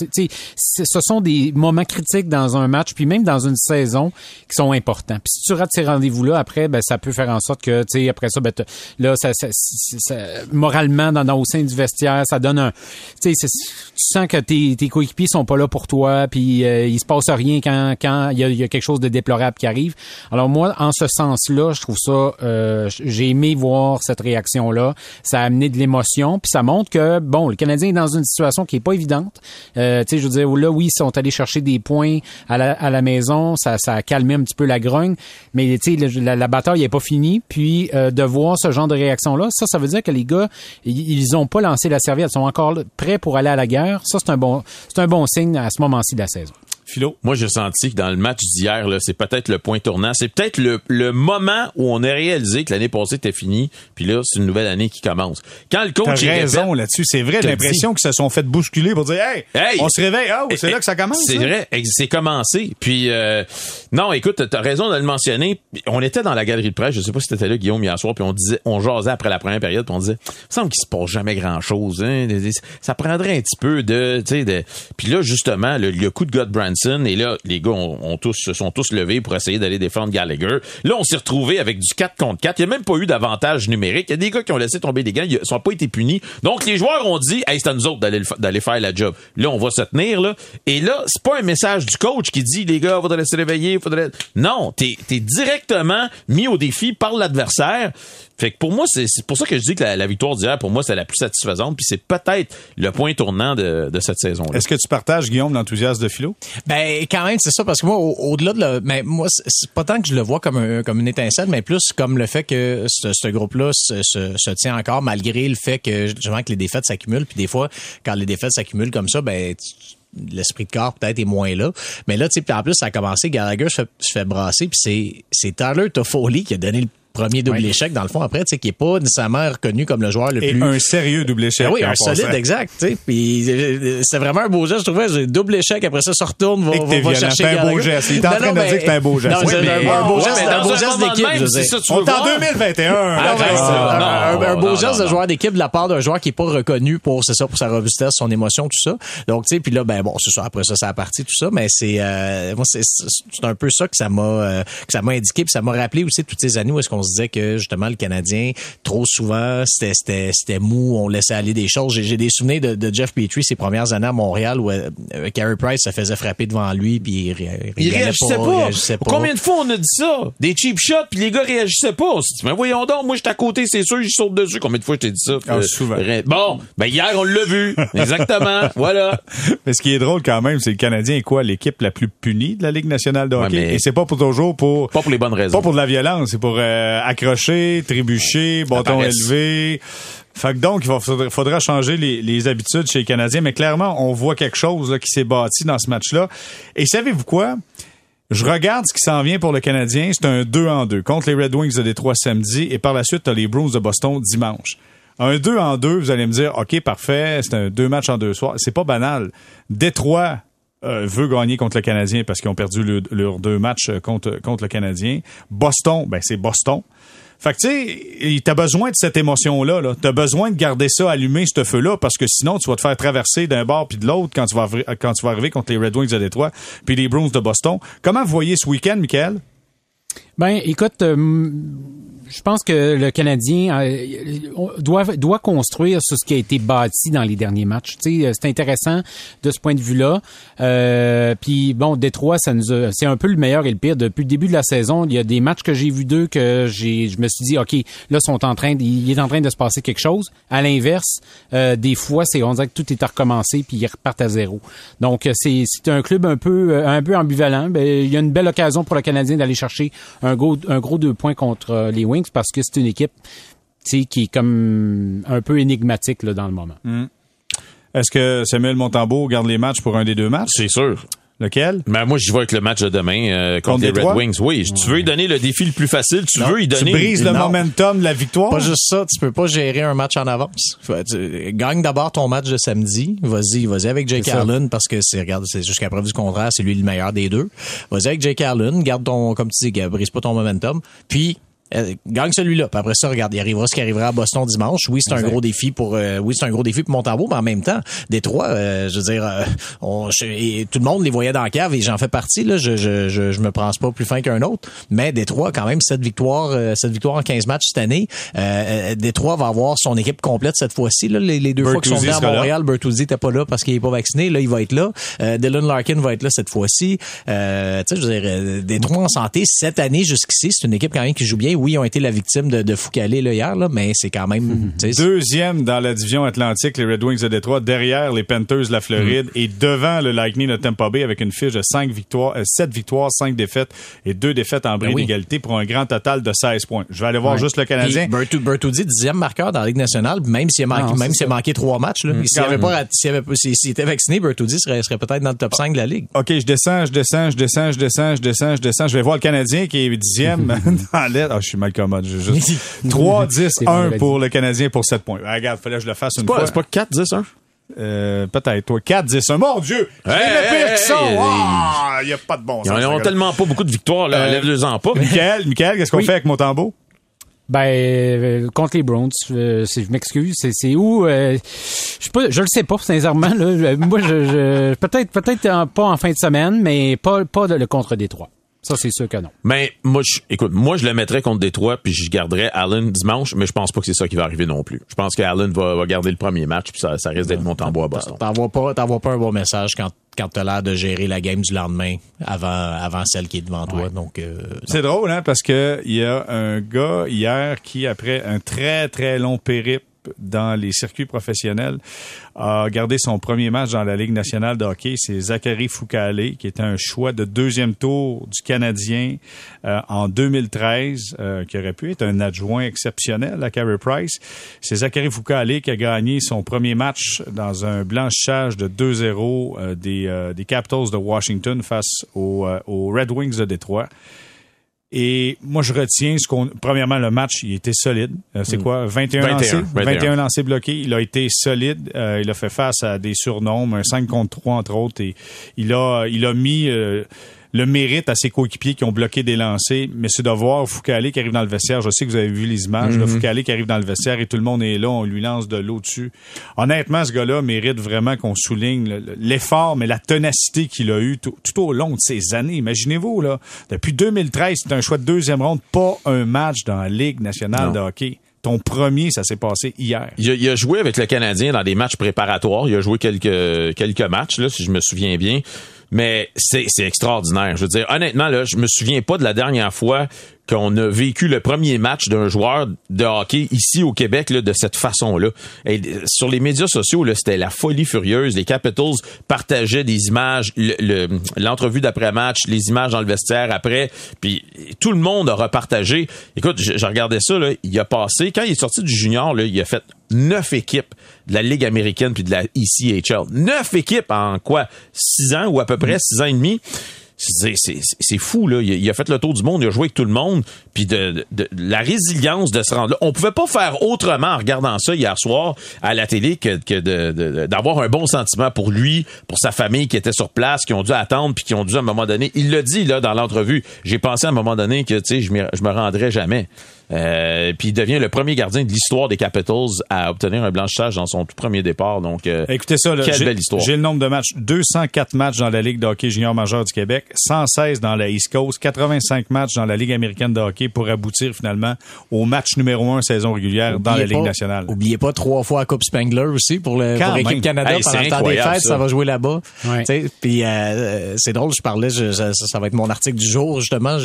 B: ce sont des moments critiques dans un match, puis même dans une saison qui sont importants. Puis si tu rates ces rendez-vous-là, après, ben ça peut faire en sorte que, après ça, ben là, ça moralement, au sein du vestiaire, ça donne un, tu sens que tes coéquipiers sont pas là pour toi, puis il se passe rien quand il y a quelque chose de déplorable qui arrive. Alors moi, en ce sens-là, je trouve ça j'ai aimé voir cette réaction-là. Ça a amené de l'émotion, puis ça montre que, bon, le Canadien est dans une situation qui est pas évidente. Je veux dire, là, oui, ils sont allés chercher des points à la maison, ça a calmé un petit peu la grogne, mais la bataille n'est pas finie. Puis de voir ce genre de réaction-là, ça veut dire que les gars, ils ont pas lancé la serviette, ils sont encore prêts pour aller à la guerre. Ça, c'est un bon signe à ce moment-ci de la saison.
C: Philo? Moi, j'ai senti que dans le match d'hier, là, c'est peut-être le point tournant. C'est peut-être le moment où on a réalisé que l'année passée était finie, puis là, c'est une nouvelle année qui commence. Quand le coach
A: T'as raison là-dessus. C'est vrai, j'ai l'impression qu'ils se sont fait bousculer pour dire Hey, on se réveille. C'est là que ça commence.
C: C'est vrai, c'est commencé. Puis, non, écoute, t'as raison de le mentionner. On était dans la galerie de presse, je sais pas si t'étais là, Guillaume, hier soir, puis on jasait après la première période, puis on disait, il me semble qu'il se passe jamais grand-chose. Hein. Ça prendrait un petit peu Puis là, justement, le coup de Gottbranson, et là, les gars se sont tous levés pour essayer d'aller défendre Gallagher. Là, on s'est retrouvés avec du 4 contre 4. Il n'y a même pas eu d'avantage numérique. Il y a des gars qui ont laissé tomber des gants. Ils n'ont pas été punis. Donc, les joueurs ont dit, hey, c'est à nous autres d'aller faire la job. Là, on va se tenir, là. Et là, c'est pas un message du coach qui dit, les gars, faudrait se réveiller, Non, t'es directement mis au défi par l'adversaire. Fait que pour moi, c'est pour ça que je dis que la victoire d'hier, pour moi, c'est la plus satisfaisante, puis c'est peut-être le point tournant de cette saison-là.
A: Est-ce que tu partages, Guillaume, l'enthousiasme de Philo?
D: Ben, quand même, c'est ça, parce que moi, au-delà de mais moi, c'est pas tant que je le vois comme une étincelle, mais plus comme le fait que ce groupe-là se tient encore, malgré le fait que, justement, que les défaites s'accumulent, puis des fois, quand les défaites s'accumulent comme ça, ben, l'esprit de corps peut-être est moins là. Mais là, tu sais, en plus, ça a commencé, Gallagher se fait brasser, puis c'est Tyler Toffoli qui a donné premier double échec, dans le fond, après, tu sais, qui est pas nécessairement reconnu comme le joueur le plus...
A: un sérieux double échec.
D: Oui, un solide, exact, tu sais. Puis c'est vraiment un beau geste, je trouvais. J'ai double échec, après ça, se retourne, va chercher...
A: C'est un beau geste. Il est en train de dire que c'est un beau geste.
D: Non, c'est un beau geste d'équipe, je veux dire.
A: On est en 2021.
D: Un beau geste de joueur d'équipe de la part d'un joueur qui est pas reconnu pour sa robustesse, son émotion, tout ça. Donc, tu sais, puis là, ben bon, c'est ça. Après ça, ça a parti, tout ça. Mais c'est un peu ça que ça m'a indiqué. Puis ça m'a rappelé aussi toutes ces années où est-ce qu'on se disait que, justement, le Canadien, trop souvent, c'était mou, on laissait aller des choses. J'ai des souvenirs de Jeff Petrie, ses premières années à Montréal, où Carey Price se faisait frapper devant lui, puis
C: il réagissait pas. Combien de fois on a dit ça? Des cheap shots, puis les gars réagissaient pas. On s'est dit, mais voyons donc, moi, j'étais à côté, c'est sûr, je saute dessus. Combien de fois je t'ai dit ça?
A: Souvent.
C: Bon, ben hier, on l'a vu. Exactement. Voilà.
A: Mais ce qui est drôle quand même, c'est que le Canadien est quoi? L'équipe la plus punie de la Ligue nationale de hockey. Et c'est pas pour toujours
C: pas pour les bonnes raisons.
A: Pas pour de la violence. C'est pour accrocher, trébucher, bâton élevé. Fait que donc, il faudra changer les habitudes chez les Canadiens. Mais clairement, on voit quelque chose là, qui s'est bâti dans ce match-là. Et savez-vous quoi? Je regarde ce qui s'en vient pour le Canadien. C'est un 2-2 contre les Red Wings de Détroit samedi. Et par la suite, t'as les Bruins de Boston dimanche. Un 2-2, vous allez me dire, OK, parfait, c'est un 2 matchs en 2 soirs. C'est pas banal. Détroit veut gagner contre le Canadien parce qu'ils ont perdu leurs 2 matchs contre le Canadien. Boston, ben c'est Boston. Fait que, tu sais, t'as besoin de cette émotion-là. Là. T'as besoin de garder ça allumé, ce feu-là, parce que sinon, tu vas te faire traverser d'un bord puis de l'autre quand tu vas arriver contre les Red Wings de Détroit puis les Bruins de Boston. Comment vous voyez ce week-end, Michael?
B: Ben, écoute, je pense que le Canadien doit construire sur ce qui a été bâti dans les derniers matchs. Tu sais, c'est intéressant de ce point de vue-là. Puis bon, Détroit, c'est un peu le meilleur et le pire. Depuis le début de la saison, il y a des matchs que j'ai vus d'eux que je me suis dit, OK, là, il est en train de se passer quelque chose. À l'inverse, des fois, on dirait que tout est à recommencer puis ils repartent à zéro. Donc, c'est un club un peu ambivalent. Ben, il y a une belle occasion pour le Canadien d'aller chercher un gros 2 points contre les Wings parce que c'est une équipe qui est comme un peu énigmatique là, dans le moment.
A: Est-ce que Samuel Montembeault garde les matchs pour un des 2 matchs?
C: C'est sûr.
A: Lequel?
C: Ben moi, j'y vais avec le match de demain contre les Red Wings. Oui, tu veux lui donner le défi le plus facile. Tu veux lui donner...
A: Tu brises le momentum de la victoire?
D: Pas juste ça. Tu peux pas gérer un match en avance. Gagne d'abord ton match de samedi. Vas-y avec Jake Allen parce que c'est jusqu'à preuve du contraire, c'est lui le meilleur des deux. Vas-y avec Jake Allen. Garde comme tu dis, brise pas ton momentum. Puis, gagne celui-là. Puis après ça, regarde, il arrivera ce qui arrivera à Boston dimanche. Oui, c'est un gros défi pour Montembeault, mais en même temps, Détroit, je veux dire, et tout le monde les voyait dans la cave et j'en fais partie là. Je me pense pas plus fin qu'un autre, mais Détroit quand même 7 victoires en 15 matchs cette année. Détroit va avoir son équipe complète cette fois-ci là. Les 2 fois qu'ils sont venus à Montréal, Bertuzzi était pas là parce qu'il est pas vacciné. Là, il va être là. Dylan Larkin va être là cette fois-ci. Tu sais, je veux dire, Détroit en santé cette année jusqu'ici, c'est une équipe quand même qui joue bien. Oui, ils ont été la victime de Foucalé là, hier, là, mais c'est quand même...
A: Deuxième dans la division Atlantique, les Red Wings de Détroit, derrière les Panthers de la Floride et devant le Lightning de Tampa Bay avec une fiche de 7 victoires, 5 défaites et 2 défaites en bris d'égalité pour un grand total de 16 points. Je vais aller voir juste le Canadien.
D: Bertuzzi, 10e marqueur dans la Ligue nationale, même s'il a manqué 3 matchs. Là. S'il était vacciné, Bertuzzi serait peut-être dans le top 5 de la Ligue.
A: OK, je descends. Je vais voir le Canadien qui est 10e dans l'aide. Je suis mal commode. 3-10-1 pour le Canadien pour 7 points. Regarde, fallait que je le fasse une fois.
C: C'est pas 4-10-1?
A: Peut-être, toi. 4-10-1. Mon Dieu! C'est le pire qu'ils sont! Il n'y a pas de bon sens.
C: Ils n'ont tellement pas beaucoup de victoires, là. Lève-les-en pas.
A: Michael, qu'est-ce qu'on fait avec Montembeault?
B: Ben, contre les Browns, je m'excuse, c'est où, je le sais pas, sincèrement, là. Moi, peut-être pas en fin de semaine, mais pas le contre Détroit. Ça, c'est sûr que non.
C: Mais moi, je le mettrais contre Détroit puis je garderais Allen dimanche, mais je pense pas que c'est ça qui va arriver non plus. Je pense que Allen va garder le premier match puis ça risque d'être Montembeault à Boston.
D: T'envoies pas un bon message quand t'as l'air de gérer la game du lendemain avant celle qui est devant toi. Donc,
A: c'est drôle, hein, parce que il y a un gars hier qui, après un très, très long périple dans les circuits professionnels, a gardé son premier match dans la Ligue nationale de hockey. C'est Zachary Foucalé, qui était un choix de 2e tour du Canadien en 2013, qui aurait pu être un adjoint exceptionnel à Carey Price. C'est Zachary Foucalé qui a gagné son premier match dans un blanchissage de 2-0 des Capitals de Washington face aux Red Wings de Détroit. Et moi, je retiens premièrement, le match, il était solide. C'est quoi? 21 lancés bloqués. Il a été solide. Il a fait face à des surnombres, un 5 contre 3 entre autres. Et il a mis le mérite à ses coéquipiers qui ont bloqué des lancers. Mais c'est de voir Foucalé qui arrive dans le vestiaire. Je sais que vous avez vu les images. Là, Foucalé qui arrive dans le vestiaire et tout le monde est là. On lui lance de l'eau dessus. Honnêtement, ce gars-là mérite vraiment qu'on souligne l'effort, mais la ténacité qu'il a eu tout au long de ces années. Imaginez-vous, là, depuis 2013, c'est un choix de deuxième ronde, pas un match dans la Ligue nationale de hockey. Ton premier, ça s'est passé hier.
C: Il a joué avec le Canadien dans des matchs préparatoires. Il a joué quelques matchs, là, si je me souviens bien. Mais c'est extraordinaire. Je veux dire, honnêtement, là, je me souviens pas de la dernière fois qu'on a vécu le premier match d'un joueur de hockey ici au Québec là, de cette façon-là. Et sur les médias sociaux, là, c'était la folie furieuse. Les Capitals partageaient des images, l'entrevue d'après-match, les images dans le vestiaire après, puis tout le monde a repartagé. Écoute, je regardais ça, là, il a passé, quand il est sorti du junior, là, il a fait 9 équipes de la Ligue américaine puis de la ECHL. 9 équipes en quoi? 6 ans ou à peu près 6 ans et demi? C'est fou, là. Il a fait le tour du monde, il a joué avec tout le monde, puis de la résilience de se rendre là. On pouvait pas faire autrement en regardant ça hier soir à la télé que d'avoir un bon sentiment pour lui, pour sa famille qui était sur place, qui ont dû attendre, puis qui ont dû à un moment donné. Il l'a dit là dans l'entrevue. J'ai pensé à un moment donné que tu sais je me rendrais jamais. Puis il devient le premier gardien de l'histoire des Capitals à obtenir un blanchissage dans son tout premier départ. Donc,
A: écoutez ça, là,
C: quelle belle histoire.
A: J'ai le nombre de matchs. 204 matchs dans la Ligue de hockey junior majeur du Québec, 116 dans la East Coast, 85 matchs dans la Ligue américaine de hockey pour aboutir finalement au match numéro 1 saison régulière dans la Ligue nationale.
D: Oubliez pas 3 fois la Coupe Spengler aussi pour l'équipe Canada pendant le temps des fêtes. Ça va jouer là-bas. Ouais. Puis c'est drôle, je parlais, ça va être mon article du jour justement.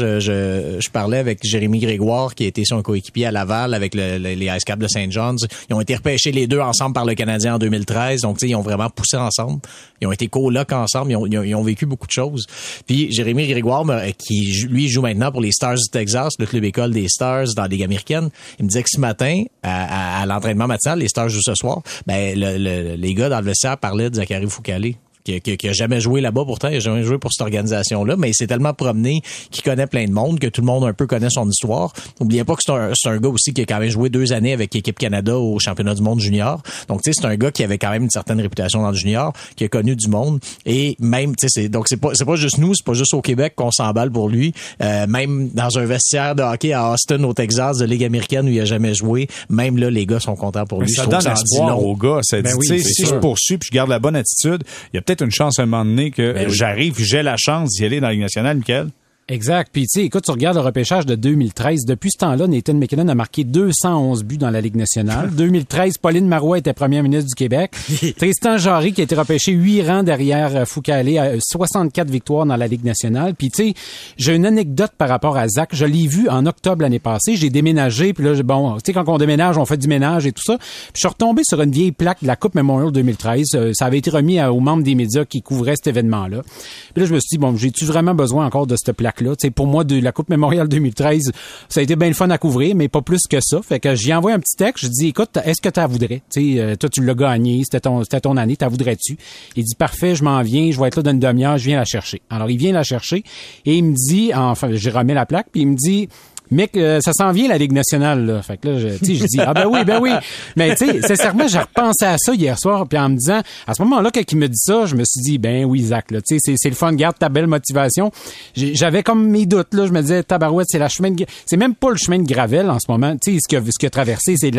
D: Je parlais avec Jérémy Grégoire qui a été son coéquipier à Laval avec les Ice Caps de St. John's. Ils ont été repêchés les deux ensemble par le Canadien en 2013. Donc, tu sais, ils ont vraiment poussé ensemble. Ils ont été colocs ensemble. Ils ont vécu beaucoup de choses. Puis, Jérémy Grégoire, qui, lui, joue maintenant pour les Stars du Texas, le club école des Stars dans la Ligue américaine, il me disait que ce matin, à l'entraînement matinal, les Stars jouent ce soir, ben, les gars dans le vestiaire parlaient de Zachary Foucalé. Qui a jamais joué là-bas pourtant, il a jamais joué pour cette organisation-là, mais il s'est tellement promené qu'il connaît plein de monde, que tout le monde un peu connaît son histoire. N'oubliez pas que c'est un gars aussi qui a quand même joué 2 années avec l'équipe Canada au championnat du monde junior. Donc tu sais, c'est un gars qui avait quand même une certaine réputation dans le junior, qui a connu du monde et même tu sais c'est pas juste nous, c'est pas juste au Québec qu'on s'emballe pour lui. Même dans un vestiaire de hockey à Austin au Texas de Ligue américaine où il a jamais joué, même là les gars sont contents pour lui.
A: Ça donne espoir aux gars, si je poursuis puis je garde la bonne attitude, il y a peut-être une chance à un moment donné que j'arrive, j'ai la chance d'y aller dans la Ligue nationale, Michael.
B: Exact. Puis, tu sais, écoute, tu regardes le repêchage de 2013. Depuis ce temps-là, Nathan McKinnon a marqué 211 buts dans la Ligue nationale. 2013, Pauline Marois était première ministre du Québec. Tristan Jarry, qui a été repêché 8 rangs derrière Foucalé, a 64 victoires dans la Ligue nationale. Puis, tu sais, j'ai une anecdote par rapport à Zach. Je l'ai vu en octobre l'année passée. J'ai déménagé. Puis là, bon, tu sais, quand on déménage, on fait du ménage et tout ça. Puis, je suis retombé sur une vieille plaque de la Coupe Memorial 2013. Ça avait été remis aux membres des médias qui couvraient cet événement-là. Puis là, je me suis dit, bon, j'ai-tu vraiment besoin encore de cette plaque-là? T'sais, pour moi, de la Coupe Memorial 2013, ça a été bien le fun à couvrir, mais pas plus que ça. Fait que j'y envoie un petit texte, je dis, écoute, est-ce que tu la voudrais? Toi, tu l'as gagné, c'était ton année, t'as voudrais-tu? Il dit, parfait, je m'en viens, je vais être là dans une demi-heure, je viens la chercher. Alors, il vient la chercher et il me dit, enfin, j'ai remis la plaque, puis il me dit, mec, ça s'en vient la Ligue nationale, là. Fait que là, je dis, ah ben oui. Mais tu sais, sincèrement, j'ai repensé à ça hier soir, puis en me disant, à ce moment-là, quand il me dit ça, je me suis dit, ben oui, Zach, là, tu sais, c'est le fun, garde ta belle motivation. J'avais comme mes doutes, là. Je me disais, tabarouette, c'est même pas le chemin de Gravel en ce moment. Tu sais, ce qu'il a traversé, c'est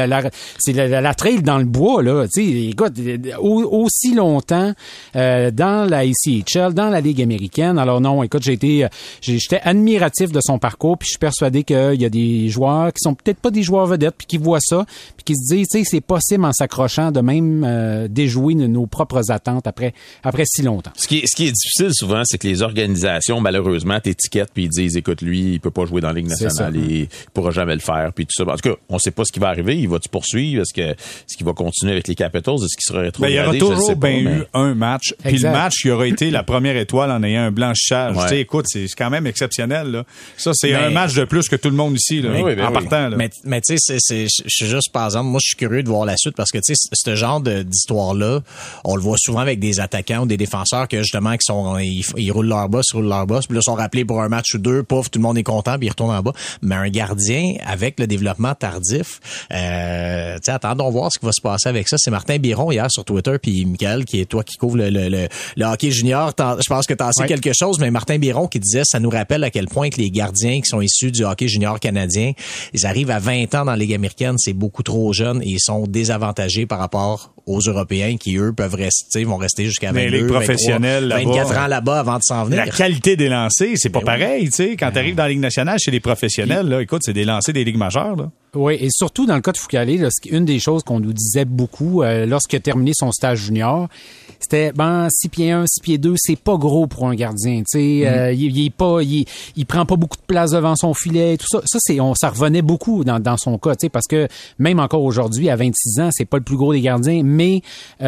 B: la trail dans le bois, là. Tu sais, écoute, aussi longtemps, dans la ECHL, dans la Ligue américaine. Alors non, écoute, j'étais admiratif de son parcours, puis je suis persuadé que il y a des joueurs qui sont peut-être pas des joueurs vedettes puis qui voient ça puis qui se disent, tu sais, c'est possible en s'accrochant de même déjouer nos propres attentes après si longtemps.
C: Ce qui est difficile souvent, c'est que les organisations, malheureusement, t'étiquettent puis ils disent, écoute, lui, il peut pas jouer dans la Ligue nationale, il pourra jamais le faire puis tout ça. En tout cas, on sait pas ce qui va arriver. Il va-tu poursuivre? Est-ce qu'il va continuer avec les Capitals? Est-ce qu'il sera rétrogradé?
A: Il y aura toujours eu un match. Puis le match, il aura été la première étoile en ayant un blanchissage. Tu sais, écoute, c'est quand même exceptionnel, là. Ça, c'est un match de plus que tout tout le monde ici, là, en partant. Là.
D: Mais tu sais, je suis juste, par exemple, moi, je suis curieux de voir la suite parce que, tu sais, ce genre d'histoire-là, on le voit souvent avec des attaquants ou des défenseurs que, justement, ils roulent leur boss, puis là, ils sont rappelés pour un match ou deux, pouf, tout le monde est content, puis ils retournent en bas. Mais un gardien, avec le développement tardif, tu sais, attendons voir ce qui va se passer avec ça. C'est Martin Biron, hier, sur Twitter, puis Michael, qui est toi qui couvre le hockey junior. Je pense que t'en sais quelque chose, mais Martin Biron qui disait, ça nous rappelle à quel point que les gardiens qui sont issus du hockey junior canadien, ils arrivent à 20 ans dans la Ligue américaine, c'est beaucoup trop jeune et ils sont désavantagés par rapport aux Européens qui, eux, vont rester jusqu'à 22, 23, 24 ans là-bas avant de s'en venir.
A: La qualité des lancers, c'est pas pareil, tu sais. Quand t'arrives dans la Ligue nationale chez les professionnels, là, écoute, c'est des lancers des ligues majeures, là.
B: Oui, et surtout dans le cas de Foucalé, une des choses qu'on nous disait beaucoup lorsqu'il a terminé son stage junior, c'était 6 pieds 1, 6 pieds 2, c'est pas gros pour un gardien, tu sais, il prend pas beaucoup de place devant son filet, tout ça. Ça revenait beaucoup dans son cas, tu sais, parce que même encore aujourd'hui, à 26 ans, c'est pas le plus gros des gardiens, mais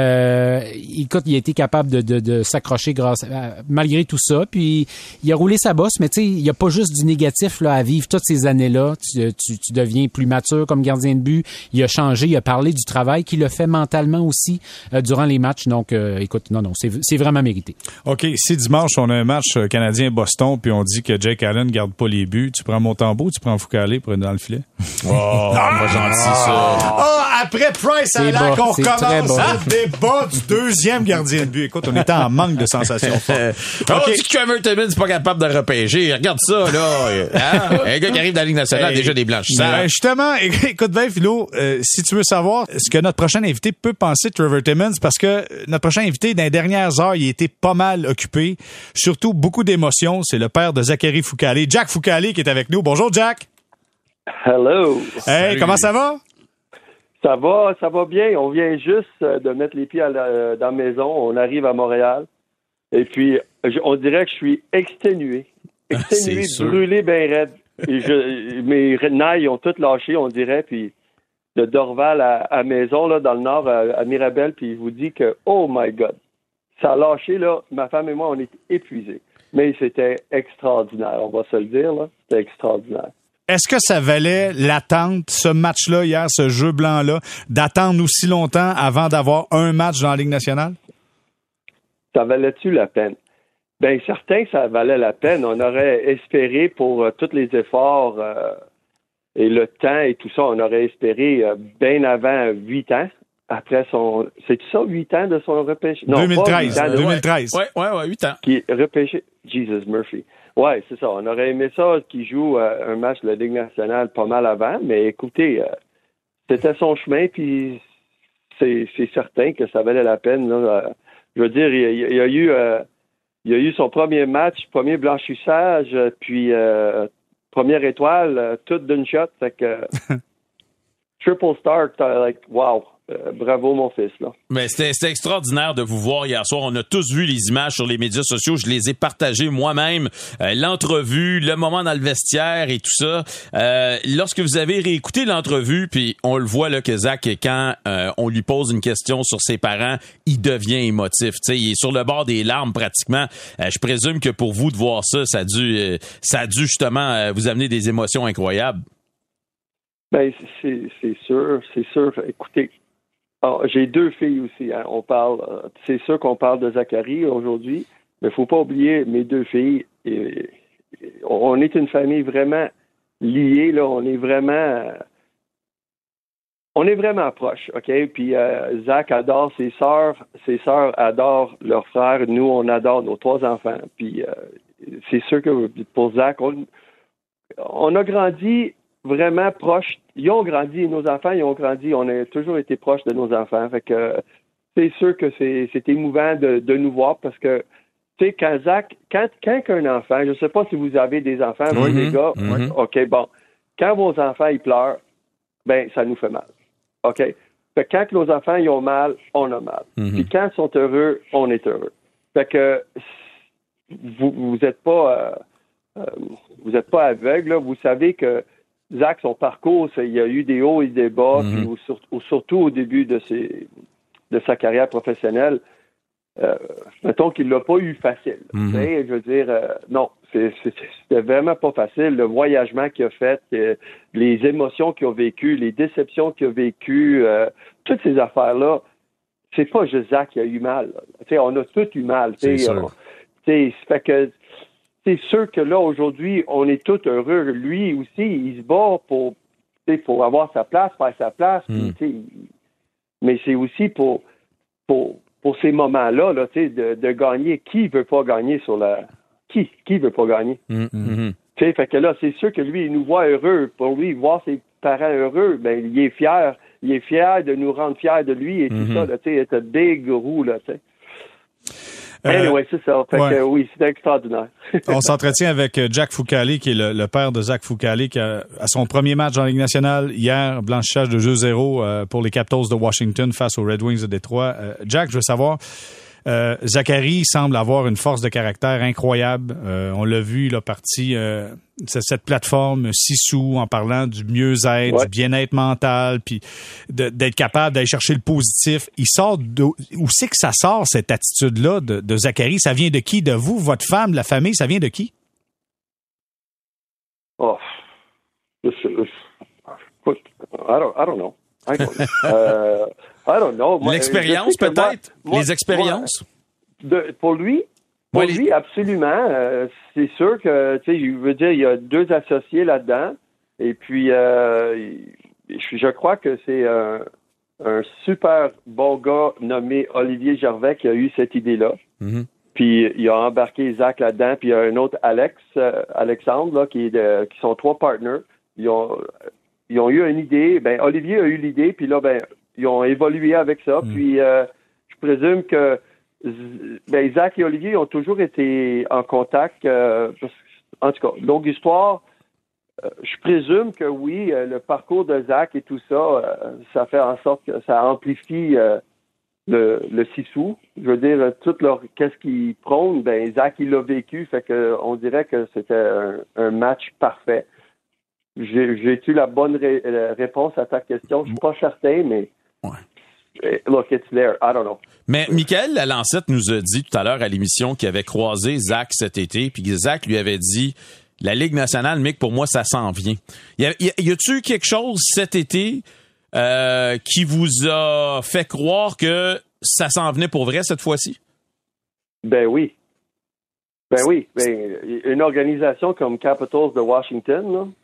B: écoute, il a été capable de s'accrocher malgré tout ça, puis il a roulé sa bosse, mais tu sais, il y a pas juste du négatif là à vivre toutes ces années-là. Tu deviens plus mature comme gardien de but. Il a changé, il a parlé du travail qu'il a fait mentalement aussi durant les matchs. Donc, écoute, non, c'est vraiment mérité.
A: OK, si dimanche, on a un match Canadien-Boston, puis on dit que Jake Allen garde pas les buts, tu prends Montembeault ou tu prends Foucalé pour être dans le filet?
C: Oh, pas gentil, ça.
A: Après Price, ça a l'air qu'on recommence le débat du deuxième gardien de but. Écoute, on était en manque de sensations fortes.
C: On dit que Trevor Timmins n'est pas capable de repêcher. Regarde ça, là. Hein? Un gars qui arrive dans la Ligue nationale, déjà des blanchissants.
A: Justement, écoute bien, Philo, si tu veux savoir ce que notre prochain invité peut penser de Trevor Timmins, parce que notre prochain invité, dans les dernières heures, il a été pas mal occupé. Surtout, beaucoup d'émotions. C'est le père de Zachary Foucalé, Jack Foucalé, qui est avec nous. Bonjour, Jack.
E: Hello.
A: Hey, salut. Comment ça va?
E: Ça va bien. On vient juste de mettre les pieds dans la maison. On arrive à Montréal. Et puis, on dirait que je suis exténué. Brûlé bien raide. Et mes nailles ont toutes lâché, on dirait. Puis, de Dorval à Maison, là, dans le nord, à Mirabel, puis il vous dit que, oh my God, ça a lâché, là. Ma femme et moi, on est épuisés. Mais c'était extraordinaire, on va se le dire, là. C'était extraordinaire.
A: Est-ce que ça valait l'attente, ce match-là hier, ce jeu blanc-là, d'attendre aussi longtemps avant d'avoir un match dans la Ligue nationale?
E: Ça valait-tu la peine? Bien, certain que ça valait la peine. On aurait espéré pour tous les efforts et le temps et tout ça, on aurait espéré bien avant 8 ans. Après c'est-tu ça, 8 ans de son repêché? Non,
A: 2013.
E: Pas 8 ans,
C: 2013. Ouais, 8 ans.
E: Qui est repêché. Jesus Murphy. Ouais, c'est ça. On aurait aimé ça qu'il joue un match de la Ligue nationale pas mal avant, mais écoutez, c'était son chemin, puis c'est certain que ça valait la peine. Là. Je veux dire, il y a eu son premier match, premier blanchissage, puis première étoile, toute d'une shot. Fait que triple start, like, wow. Bravo, mon fils. Là.
C: Mais c'était extraordinaire de vous voir hier soir. On a tous vu les images sur les médias sociaux. Je les ai partagées moi-même. L'entrevue, le moment dans le vestiaire et tout ça. Lorsque vous avez réécouté l'entrevue, puis on le voit là que Zach, quand on lui pose une question sur ses parents, il devient émotif. T'sais, il est sur le bord des larmes pratiquement. Je présume que pour vous de voir ça, ça a dû justement vous amener des émotions incroyables.
E: Ben c'est sûr. Écoutez. J'ai 2 filles aussi. Hein. C'est sûr qu'on parle de Zachary aujourd'hui, mais il faut pas oublier mes 2 filles. On est une famille vraiment liée. Là, on est vraiment proches, ok. Puis Zach adore ses sœurs adorent leurs frères. Nous, on adore nos 3 enfants. Puis c'est sûr que pour Zach, on a grandi vraiment proches. Ils ont grandi, nos enfants, ils ont grandi. On a toujours été proches de nos enfants. Fait que c'est sûr que c'est émouvant de nous voir parce que, tu sais, quand un enfant, je sais pas si vous avez des enfants, vous, les gars, OK, bon. Quand vos enfants, ils pleurent, ben, ça nous fait mal. OK? Fait que quand nos enfants, ils ont mal, on a mal. Puis quand ils sont heureux, on est heureux. Fait que vous êtes pas aveugle, là. Vous savez que Zach, son parcours, il y a eu des hauts et des bas, puis surtout au début de sa carrière professionnelle, mettons qu'il l'a pas eu facile. Je veux dire, non, c'était vraiment pas facile. Le voyagement qu'il a fait, les émotions qu'il a vécues, les déceptions qu'il a vécues, toutes ces affaires-là, c'est pas juste Zach qui a eu mal. On a tous eu mal.
C: C'est sûr.
E: Fait que c'est sûr que là, aujourd'hui, on est tous heureux. Lui aussi, il se bat pour avoir sa place, faire sa place. Mais c'est aussi pour ces moments-là, là, de gagner. Qui veut pas gagner sur la... Qui veut pas gagner? Fait que là, c'est sûr que lui, il nous voit heureux. Pour lui, voir ses parents heureux, ben, il est fier. Il est fier de nous rendre fiers de lui et tout ça, là, c'est un big roux, là, tu sais. Anyway, c'est ça. Fait que oui, c'est extraordinaire.
A: On s'entretient avec Jack Fucale, qui est le père de Zach Fucale, qui a son premier match dans la Ligue nationale hier, blanchissage de 2-0 pour les Capitals de Washington face aux Red Wings de Détroit. Jack, je veux savoir, Zachary semble avoir une force de caractère incroyable. On l'a vu, il a parti cette plateforme Sissou en parlant du mieux-être, du bien-être mental, puis d'être capable d'aller chercher le positif. Il sort où c'est que ça sort, cette attitude-là de Zachary? Ça vient de qui? De vous, votre femme, la famille? Ça vient de qui?
E: Oh, I don't know. I don't know.
C: L'expérience, peut-être? Les expériences?
E: Pour lui, absolument. C'est sûr que, tu sais, je veux dire, il y a 2 associés là-dedans. Et puis, je crois que c'est un super bon gars nommé Olivier Gervais qui a eu cette idée-là. Puis, il a embarqué Zach là-dedans. Puis, il y a un autre Alexandre, là, qui sont 3 partners. Ils ont eu une idée. Ben, Olivier a eu l'idée. Puis là, ben, ils ont évolué avec ça. Puis, je présume que Zach et Olivier ont toujours été en contact. En tout cas, longue histoire. Je présume que oui, le parcours de Zach et tout ça, ça fait en sorte que ça amplifie le Sissou. Je veux dire, qu'est-ce qu'ils prônent, ben Zach, il l'a vécu. Fait que on dirait que c'était un match parfait. J'ai-tu la bonne réponse à ta question? Je suis pas certain, mais look, it's there. I don't know.
C: Mais Michael Lalancette nous a dit tout à l'heure à l'émission qu'il avait croisé Zach cet été, puis que Zach lui avait dit la Ligue nationale, Mick, pour moi, ça s'en vient. Y a-tu quelque chose cet été qui vous a fait croire que ça s'en venait pour vrai cette fois-ci?
E: Ben oui. Une organisation comme Capitals de Washington, là,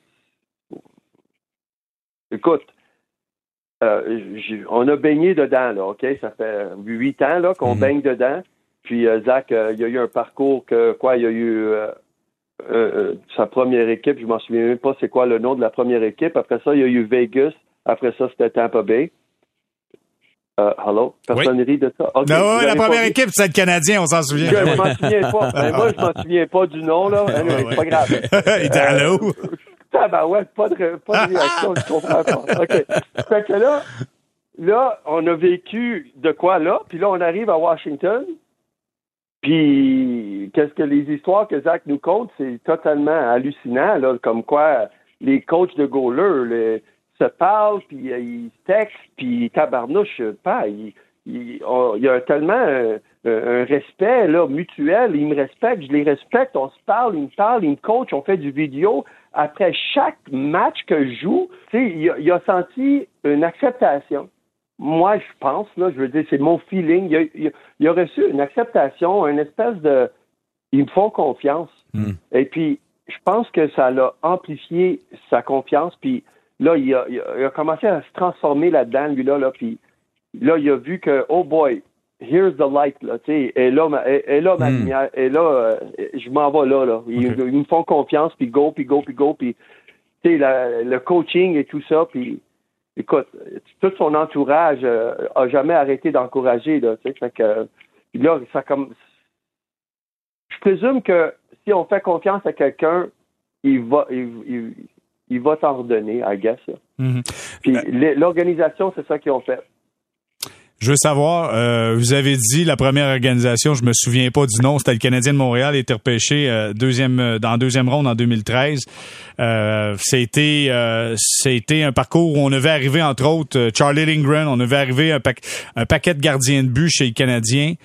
E: écoute, on a baigné dedans, là, OK? Ça fait 8 ans là, qu'on baigne dedans. Puis Zach, il y a eu un parcours il y a eu sa première équipe, je m'en souviens même pas c'est quoi le nom de la première équipe. Après ça, il y a eu Vegas. Après ça, c'était Tampa Bay. Hello? Personne rit de ça? Okay,
A: non, la première équipe, c'est le Canadien, on s'en souvient.
E: Je m'en souviens pas. Moi, je m'en souviens pas du nom, là. C'est pas grave.
A: Il était allô?
E: Pas de réaction, je comprends pas. OK. Fait que là, on a vécu de quoi là, puis là, on arrive à Washington, puis qu'est-ce que les histoires que Zach nous conte, c'est totalement hallucinant, là, comme quoi les coachs de goalers se parlent, puis ils se textent, puis tabarnouche, il y a tellement un respect là, mutuel, ils me respectent, je les respecte, on se parle, ils me coachent, on fait du vidéo. Après chaque match que je joue, il a senti une acceptation. Moi, je pense, là, je veux dire, c'est mon feeling. Il a reçu une acceptation, une espèce de... Ils me font confiance. Et puis, je pense que ça l'a amplifié sa confiance. Puis là, il a commencé à se transformer là-dedans, lui, là. Puis là, il a vu que, oh boy, here's the light, là, tu sais, et là, ma lumière, et là, je m'en vais là. Ils me font confiance, puis go, puis tu sais, le coaching et tout ça, puis écoute, tout son entourage a jamais arrêté d'encourager, là, tu sais, fait que, là, ça comme, je présume que si on fait confiance à quelqu'un, il va t'en redonner, I guess, là. Puis l'organisation, c'est ça qu'ils ont fait.
A: Je veux savoir, vous avez dit la première organisation, je me souviens pas du nom, c'était le Canadien de Montréal, il a été repêché dans deuxième ronde en 2013. C'était un parcours où on avait arrivé, entre autres, Charlie Lindgren, on avait arrivé un paquet de gardiens de but chez les Canadiens.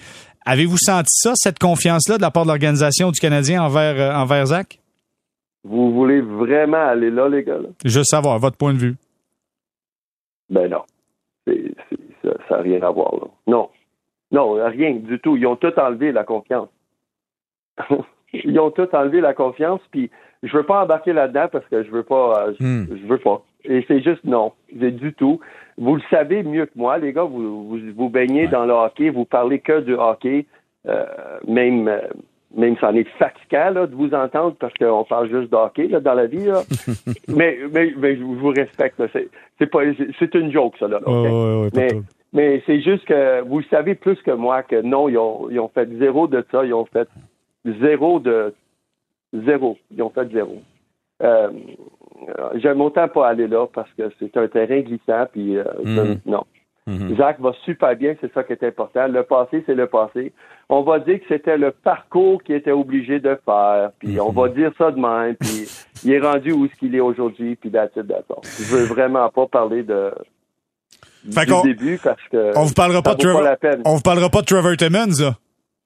A: Avez-vous senti ça, cette confiance-là de la part de l'organisation du Canadien envers Zach?
E: Vous voulez vraiment aller là, les gars? Là?
A: Je veux savoir, votre point de vue.
E: Ben non. Ça n'a rien à voir, là. Non. Non, rien du tout. Ils ont tout enlevé la confiance. Ils ont tout enlevé la confiance, puis je veux pas embarquer là-dedans parce que je veux pas. Je veux pas. Et c'est juste non. C'est du tout. Vous le savez mieux que moi, les gars. Vous baignez dans le hockey, vous parlez que du hockey. Même ça en est fatigant là, de vous entendre parce qu'on parle juste de hockey là, dans la vie. Là. mais je vous respecte. Là. C'est une joke, ça. Là, okay? Mais c'est juste que vous le savez plus que moi que non, ils ont fait zéro de ça. Ils ont fait zéro. Ils ont fait zéro. J'aime autant pas aller là parce que c'est un terrain glissant. Puis non. Mm-hmm. Zach va super bien, c'est ça qui est important. Le passé, c'est le passé. On va dire que c'était le parcours qu'il était obligé de faire. Puis on va dire ça de même. Puis il est rendu où est-ce qu'il est aujourd'hui. Puis that's it. Je veux vraiment pas parler du début parce que
A: on vous parlera pas de la peine. On vous parlera pas de Trevor Timmins, là.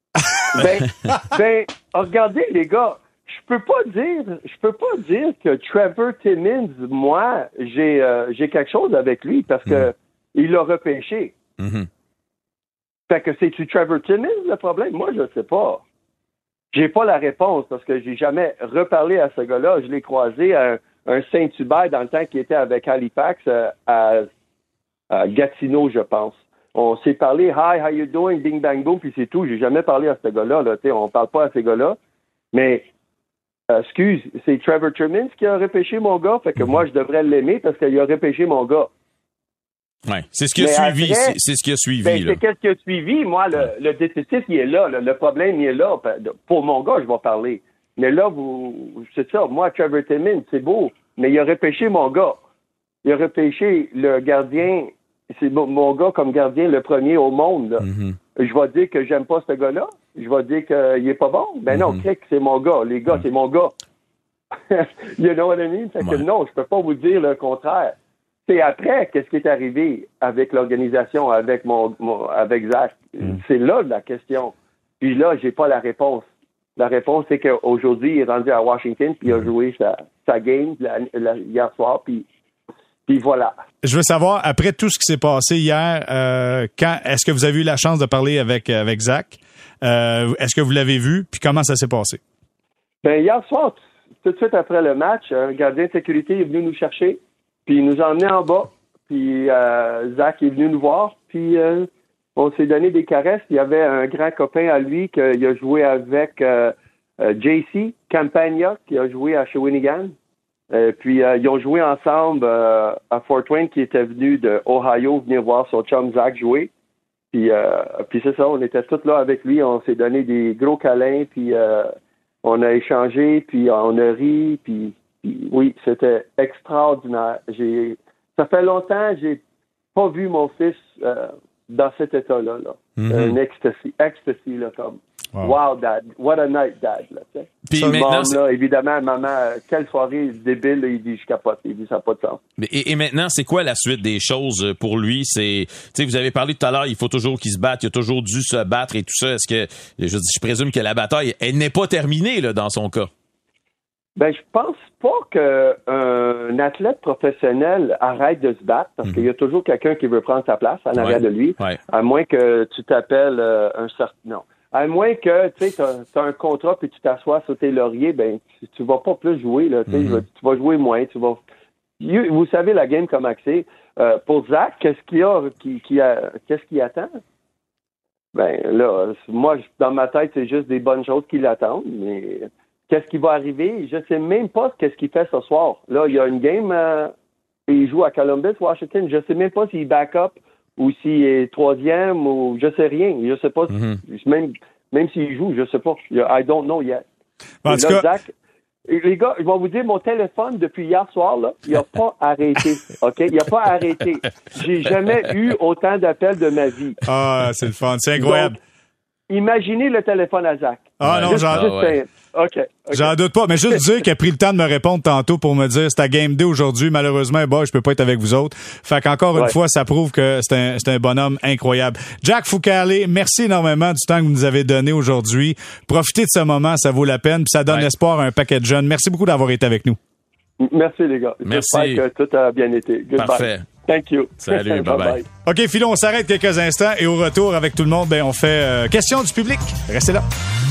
E: Regardez les gars, je peux pas dire que Trevor Timmins, moi, j'ai quelque chose avec lui parce que il l'a repêché. Mm-hmm. Fait que c'est-tu Trevor Timmins le problème? Moi, je sais pas. J'ai pas la réponse parce que j'ai jamais reparlé à ce gars-là. Je l'ai croisé à un Saint-Hubert dans le temps qu'il était avec Halifax à Gatineau, je pense. On s'est parlé, hi, how you doing, bing, bang, boom, puis c'est tout. J'ai jamais parlé à ce gars-là. Là, on parle pas à ces gars-là. Mais, excuse, c'est Trevor Timmins qui a repêché mon gars. Fait que moi, je devrais l'aimer parce qu'il a repêché mon gars.
C: Ouais, c'est ce qui a suivi. C'est ce qui a suivi.
E: C'est qu'est-ce qui a suivi. Moi, le déficit, il est là. Le problème, il est là. Pour mon gars, je vais parler. Mais là, c'est ça. Moi, Trevor Timmins, c'est beau. Mais il a repêché mon gars. Il a repêché le gardien. C'est mon gars comme gardien, le premier au monde. Là. Mm-hmm. Je vais dire que j'aime pas ce gars-là. Je vais dire qu'il est pas bon. Ben non, c'est mon gars. Les gars, c'est mon gars. You know what I mean? Fait que non, je peux pas vous dire le contraire. C'est après, qu'est-ce qui est arrivé avec l'organisation, avec avec Zach? C'est là la question. Puis là, j'ai pas la réponse. La réponse, c'est qu'aujourd'hui, il est rendu à Washington, puis il a joué sa game hier soir, puis voilà.
A: Je veux savoir, après tout ce qui s'est passé hier, est-ce que vous avez eu la chance de parler avec Zach? Est-ce que vous l'avez vu? Puis comment ça s'est passé?
E: Ben hier soir, tout de suite après le match, un gardien de sécurité est venu nous chercher. Puis il nous a emmenés en bas. Puis Zach est venu nous voir. Puis on s'est donné des caresses. Il y avait un grand copain à lui qu'il a joué avec JC Campagna, qui a joué à Shawinigan. Puis ils ont joué ensemble à Fort Wayne, qui était venu de Ohio venir voir son chum Zach jouer. Puis c'est ça, on était tous là avec lui. On s'est donné des gros câlins. Puis on a échangé. Puis on a ri. Puis oui, c'était extraordinaire. Ça fait longtemps que j'ai pas vu mon fils dans cet état-là. Là. Un ecstasy là, comme wow, dad, what a night, dad. Là, puis maintenant, là, évidemment, maman, quelle soirée débile, là, il dit je capote, il dit ça n'a pas de sens.
C: Et maintenant, c'est quoi la suite des choses pour lui? Vous avez parlé tout à l'heure, il faut toujours qu'il se batte, il a toujours dû se battre et tout ça. Est-ce que je présume que la bataille, elle n'est pas terminée là dans son cas?
E: Ben, je pense pas qu'un athlète professionnel arrête de se battre parce qu'il y a toujours quelqu'un qui veut prendre sa place en arrière de lui. Ouais. À moins que tu t'appelles un certain... Non. À moins que, tu sais, t'as un contrat puis tu t'assois sur tes lauriers, ben, tu vas pas plus jouer, là. Tu vas jouer moins, vous savez la game comment c'est. Pour Zach, qu'est-ce qu'il attend? Ben, là, moi, dans ma tête, c'est juste des bonnes choses qui l'attendent, mais... Qu'est-ce qui va arriver? Je sais même pas qu'est-ce qu'il fait ce soir. Là, il y a une game et il joue à Columbus, Washington. Je sais même pas s'il back up ou s'il est troisième ou je sais rien. Je sais pas. Même s'il joue, je sais pas. I don't know yet.
A: En tout cas,
E: Zach, les gars, je vais vous dire, mon téléphone depuis hier soir, là, il a pas arrêté. OK? Il a pas arrêté. J'ai jamais eu autant d'appels de ma vie.
A: Ah, c'est le fun. C'est incroyable.
E: Donc, imaginez le téléphone à Zach.
A: Ah non, j'en doute pas. Mais juste dire qu'il a pris le temps de me répondre tantôt pour me dire c'est à Game Day aujourd'hui. Malheureusement, je peux pas être avec vous autres. Fait qu'encore une fois, ça prouve que c'est un bonhomme incroyable. Jack Foucalé, merci énormément du temps que vous nous avez donné aujourd'hui. Profitez de ce moment, ça vaut la peine. Puis ça donne espoir à un paquet de jeunes. Merci beaucoup d'avoir été avec nous.
E: Merci les gars.
C: Merci.
E: J'espère que tout a bien été. Goodbye.
C: Parfait.
E: Thank you.
C: Salut, bye-bye.
A: OK, Philo, on s'arrête quelques instants et au retour avec tout le monde, on fait question du public. Restez là.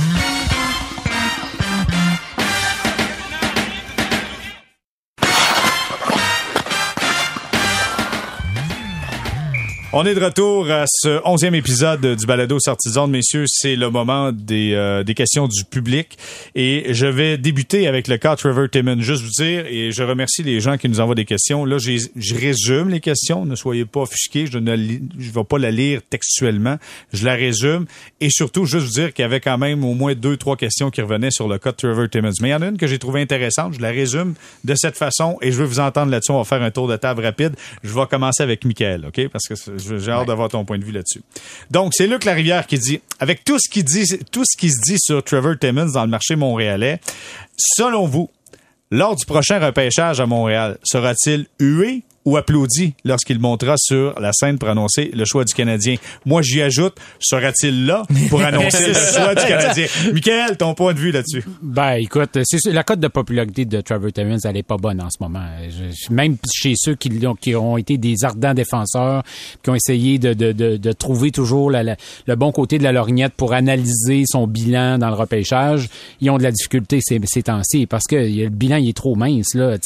A: On est de retour à ce 11e épisode du balado Sortie de zone. Messieurs, c'est le moment des questions du public. Et je vais débuter avec le cas Trevor Timmons. Juste vous dire, et je remercie les gens qui nous envoient des questions. Là, je résume les questions. Ne soyez pas offusqués. Je vais pas la lire textuellement. Je la résume. Et surtout, juste vous dire qu'il y avait quand même au moins 2-3 questions qui revenaient sur le cas de Trevor Timmons. Mais il y en a une que j'ai trouvée intéressante. Je la résume de cette façon et je veux vous entendre là-dessus. On va faire un tour de table rapide. Je vais commencer avec Mickaël, OK? Parce que j'ai hâte d'avoir ton point de vue là-dessus. Donc, c'est Luc Larivière qui dit, avec tout ce qui se dit sur Trevor Timmons dans le marché montréalais, selon vous, lors du prochain repêchage à Montréal, sera-t-il hué ou applaudi lorsqu'il montera sur la scène pour annoncer le choix du Canadien? Moi, j'y ajoute, sera-t-il là pour annoncer le choix du Canadien? Mickaël, ton point de vue là-dessus?
B: Ben, écoute, la cote de popularité de Trevor Timmons, elle est pas bonne en ce moment. Même chez ceux qui ont été des ardents défenseurs, qui ont essayé de trouver toujours le bon côté de la lorgnette pour analyser son bilan dans le repêchage, ils ont de la difficulté ces temps-ci parce que le bilan il est trop mince là.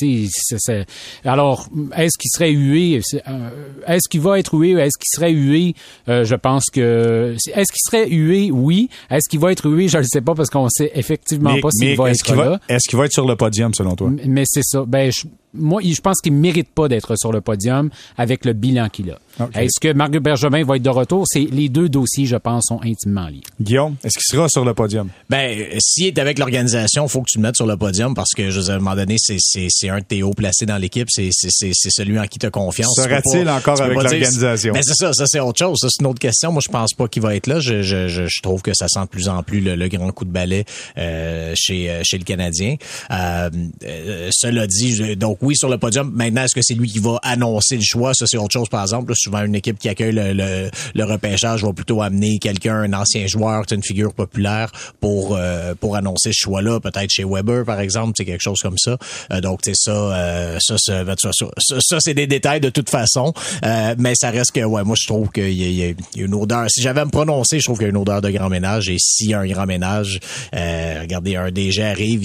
B: Alors, est-ce qu'il serait hué? Est-ce qu'il va être hué? Est-ce qu'il serait hué? Je pense que... Est-ce qu'il serait hué? Oui. Est-ce qu'il va être hué? Je ne sais pas parce qu'on sait effectivement pas s'il va être là.
A: Est-ce qu'il va être sur le podium, selon toi?
B: Mais c'est ça. Ben, moi, je pense qu'il mérite pas d'être sur le podium avec le bilan qu'il a. Okay. Est-ce que Marc Bergevin va être de retour? Les deux dossiers, je pense, sont intimement liés.
A: Guillaume, est-ce qu'il sera sur le podium?
D: Ben, s'il est avec l'organisation, faut que tu le mettes sur le podium parce que, à un moment donné, c'est un de tes hauts placés dans l'équipe. C'est celui en qui tu as confiance.
A: Sera-t-il encore avec l'organisation?
D: Ben, c'est ça. Ça, c'est autre chose. Ça, c'est une autre question. Moi, je pense pas qu'il va être là. Je trouve que ça sent de plus en plus le grand coup de balai, chez le Canadien. Cela dit, donc, oui, sur le podium. Maintenant, est-ce que c'est lui qui va annoncer le choix? Ça, c'est autre chose, par exemple. Là, souvent, une équipe qui accueille le repêchage va plutôt amener quelqu'un, un ancien joueur, une figure populaire pour annoncer ce choix-là. Peut-être chez Weber, par exemple, c'est quelque chose comme ça. Donc, c'est ça, c'est des détails de toute façon. Mais ça reste que, ouais, moi, je trouve qu'il y a une odeur. Si j'avais à me prononcer, je trouve qu'il y a une odeur de grand ménage. Et s'il y a un grand ménage, regardez, un DG arrive,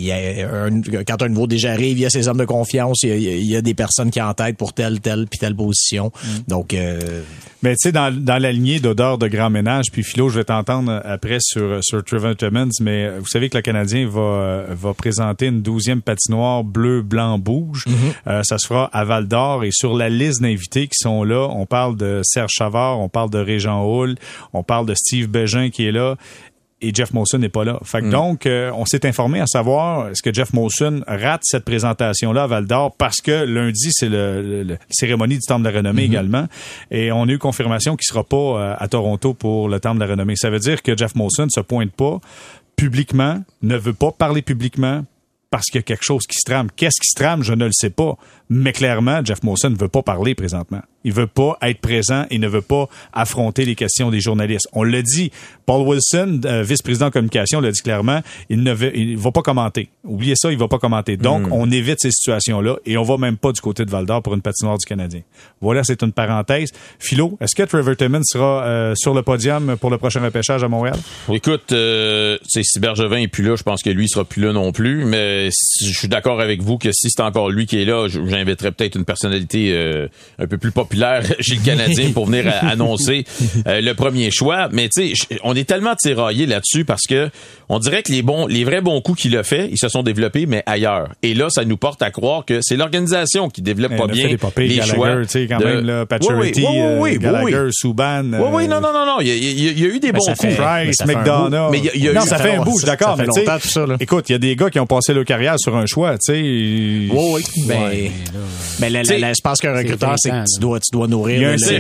D: quand un nouveau DG arrive, il y a ses hommes de confiance, il y a des personnes qui ont en tête pour telle position. Donc,
A: mais tu sais, dans la lignée d'odeur de grand ménage, puis Philo, je vais t'entendre après sur Trevor Timmons, mais vous savez que le Canadien va présenter une 12e patinoire bleu, blanc, rouge. Ça se fera à Val-d'Or et sur la liste d'invités qui sont là, on parle de Serge Chavard, on parle de Régent Houle, on parle de Steve Bégin qui est là. Et Jeff Molson n'est pas là. Fait que donc, on s'est informé à savoir est-ce que Jeff Molson rate cette présentation-là à Val-d'Or parce que lundi, c'est la cérémonie du Temple de la Renommée également. Et on a eu confirmation qu'il sera pas à Toronto pour le Temple de la Renommée. Ça veut dire que Jeff Molson se pointe pas publiquement, ne veut pas parler publiquement parce qu'il y a quelque chose qui se trame. Qu'est-ce qui se trame? Je ne le sais pas. Mais clairement, Jeff Molson ne veut pas parler présentement. Il veut pas être présent et ne veut pas affronter les questions des journalistes. On l'a dit. Paul Wilson, vice-président de communication, l'a dit clairement. Il va pas commenter. Oubliez ça, il va pas commenter. Donc, on évite ces situations-là et on va même pas du côté de Val-d'Or pour une patinoire du Canadien. Voilà, c'est une parenthèse. Philo, est-ce que Trevor Timmons sera sur le podium pour le prochain repêchage à Montréal?
C: Écoute, si Bergevin est plus là, je pense que lui sera plus là non plus. Mais je suis d'accord avec vous que si c'est encore lui qui est là, j'inviterais peut-être une personnalité un peu plus populaire chez le Canadien pour venir annoncer le premier choix. Mais tu sais, on est tellement tiraillés là-dessus parce que on dirait que les vrais bons coups qu'il a fait, ils se sont développés, mais ailleurs. Et là, ça nous porte à croire que c'est l'organisation qui développe pas bien les choix.
A: Tu sais, quand même, là, Pacioretty, Gallagher, Subban.
C: Oui, non. Il y a eu des bons coups.
A: Price, McDonough.
C: Mais ça
A: fait un bout, d'accord. Mais longtemps, tout ça, là. Écoute, il y a des gars qui ont passé leur carrière sur un choix, tu sais.
D: Oui. Mais je pense qu'un recruteur, c'est que tu dois nourrir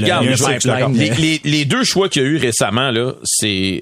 C: les deux choix qu'il y a eu récemment, là, c'est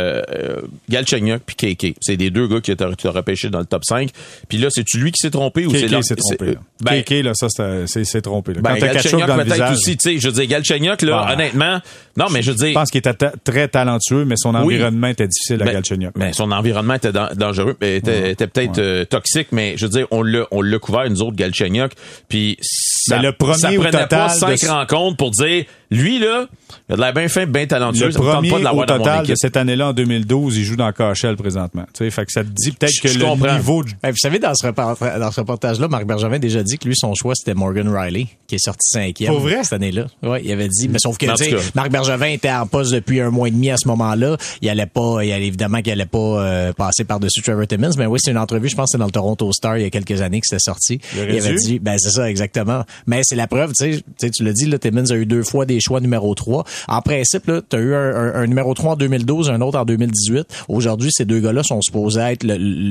C: Galchenyuk puis KK. C'est des deux gars qui t'ont repêché dans le top 5. Puis là, c'est-tu lui qui s'est trompé ou
A: KK s'est trompé. KK, là, ça, c'est trompé. Là.
C: Quand t'as Galchenyuk peut-être aussi, tu sais, je veux dire, Galchenyuk, là, honnêtement, non, mais je veux dire...
A: Je pense qu'il était très talentueux, mais son environnement était difficile à Galchenyuk.
C: Mais son environnement était dangereux, était peut-être toxique, mais je veux dire, on l'a couvert, nous autres, Galchenyuk, puis ça prenait pas 5 rencontres pour dire, lui, là, il a de l'air bien fin, bien talentueux.
A: Le premier au total de cette année-là, en 2012, il joue dans KHL présentement. Tu sais, fait que ça te dit peut-être que le niveau...
D: Vous savez, dans ce reportage-là, Marc Bergevin a déjà dit que lui, son choix, c'était Morgan Riley, qui est sorti 5e.
A: Pour vrai?
D: Cette année-là. Oui, il avait dit. Mais sauf que, Marc Bergevin était en poste depuis 1 mois et demi à ce moment-là. Évidemment qu'il allait pas passer par-dessus Trevor Timmins. Mais oui, c'est une entrevue, je pense que c'est dans le Toronto Star il y a quelques années que c'était sorti. Il avait dit, c'est ça, exactement. Mais c'est la preuve, tu sais, tu l'as dit, là, Timmins a eu 2 fois des choix numéro 3. En principe, là, tu as eu un numéro 3 en 2012, un autre en 2018. Aujourd'hui, ces deux gars-là sont supposés être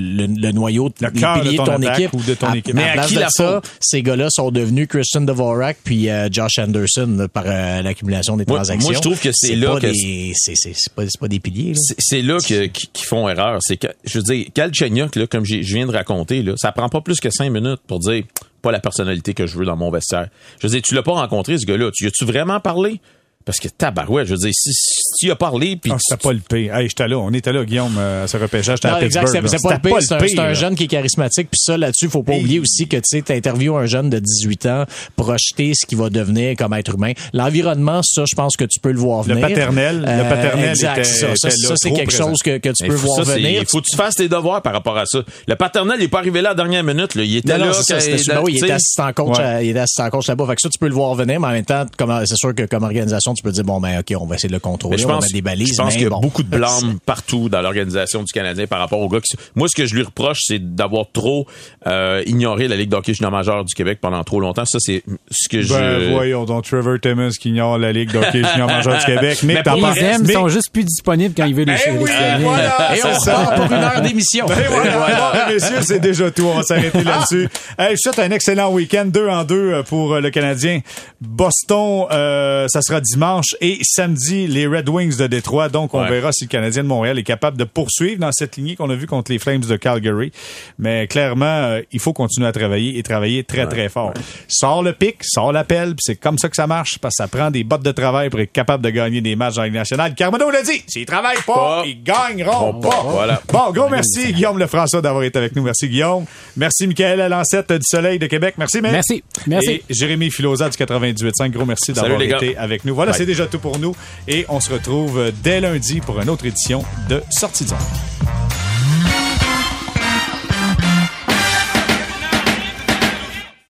D: le noyau, le pilier de ton équipe.
A: Ou de ton équipe.
D: Mais à qui la ça, ces gars-là sont devenus Christian Dvorak puis Josh Anderson là, par l'accumulation des transactions.
C: Moi, je trouve que c'est là que
D: c'est pas des piliers. Là.
C: C'est là qu'ils font erreur. C'est que, je veux dire, Galchenyuk, là, comme je viens de raconter, là, ça prend pas plus que 5 minutes pour dire pas la personnalité que je veux dans mon vestiaire. Je veux dire, tu l'as pas rencontré, ce gars-là. Tu as-tu vraiment parlé? Parce que tabarouette, je veux dire, si tu as parlé... Puis
A: c'était pas le pire. Hey, on était là, Guillaume, à ce repêchage, j'étais à Pittsburgh.
D: Exact, c'est pas le pire. C'est un jeune qui est charismatique. Puis ça, là-dessus, faut pas oublier aussi que tu interviews un jeune de 18 ans, projeter ce qu'il va devenir comme être humain. L'environnement, ça, je pense que tu peux le voir venir.
A: Le paternel
D: exact, ça, c'est quelque chose que tu peux voir venir.
C: Il faut que tu fasses tes devoirs par rapport à ça. Le paternel, il est pas arrivé là à la dernière minute. Là. Il était là.
D: Il était assistant coach là-bas. Fait que ça, tu peux le voir venir, mais en même temps, c'est sûr que comme organisation, tu peux dire, bon, ben, OK, on va essayer de le contrôler, on va mettre des balises.
C: Je pense qu'il y a beaucoup de blâme partout dans l'organisation du Canadien par rapport aux gars moi, ce que je lui reproche, c'est d'avoir trop ignoré la Ligue d'hockey junior majeur du Québec pendant trop longtemps. Ça, c'est ce que
A: voyons donc, Trevor Timmins qui ignore la Ligue d'hockey junior majeur du Québec. Mais
B: ils sont juste plus disponibles quand ils veulent les sélectionner.
D: Voilà, et on part pour 1 heure d'émission.
A: Voilà, messieurs, c'est déjà tout. On va s'arrêter là-dessus. Je vous souhaite un excellent week-end, 2-2 pour le Canadien. Boston, ça sera dimanche et samedi, les Red Wings de Détroit. Donc, on verra si le Canadien de Montréal est capable de poursuivre dans cette lignée qu'on a vue contre les Flames de Calgary. Mais clairement, il faut continuer à travailler et travailler très fort. Sors le pic, sors l'appel, puis c'est comme ça que ça marche, parce que ça prend des bottes de travail pour être capable de gagner des matchs dans la Ligue nationale. Carmano l'a dit, s'ils travaillent pas, ils gagneront pas.
C: Voilà.
A: Bon, gros merci Guillaume Lefrançois d'avoir été avec nous. Merci Guillaume. Merci Michael Lancette du Soleil de Québec. Merci. Et Jérémy Filosa du 98.5. Gros merci d'avoir été avec nous. Voilà, c'est déjà tout pour nous et on se retrouve dès lundi pour une autre édition de Sortie de zone.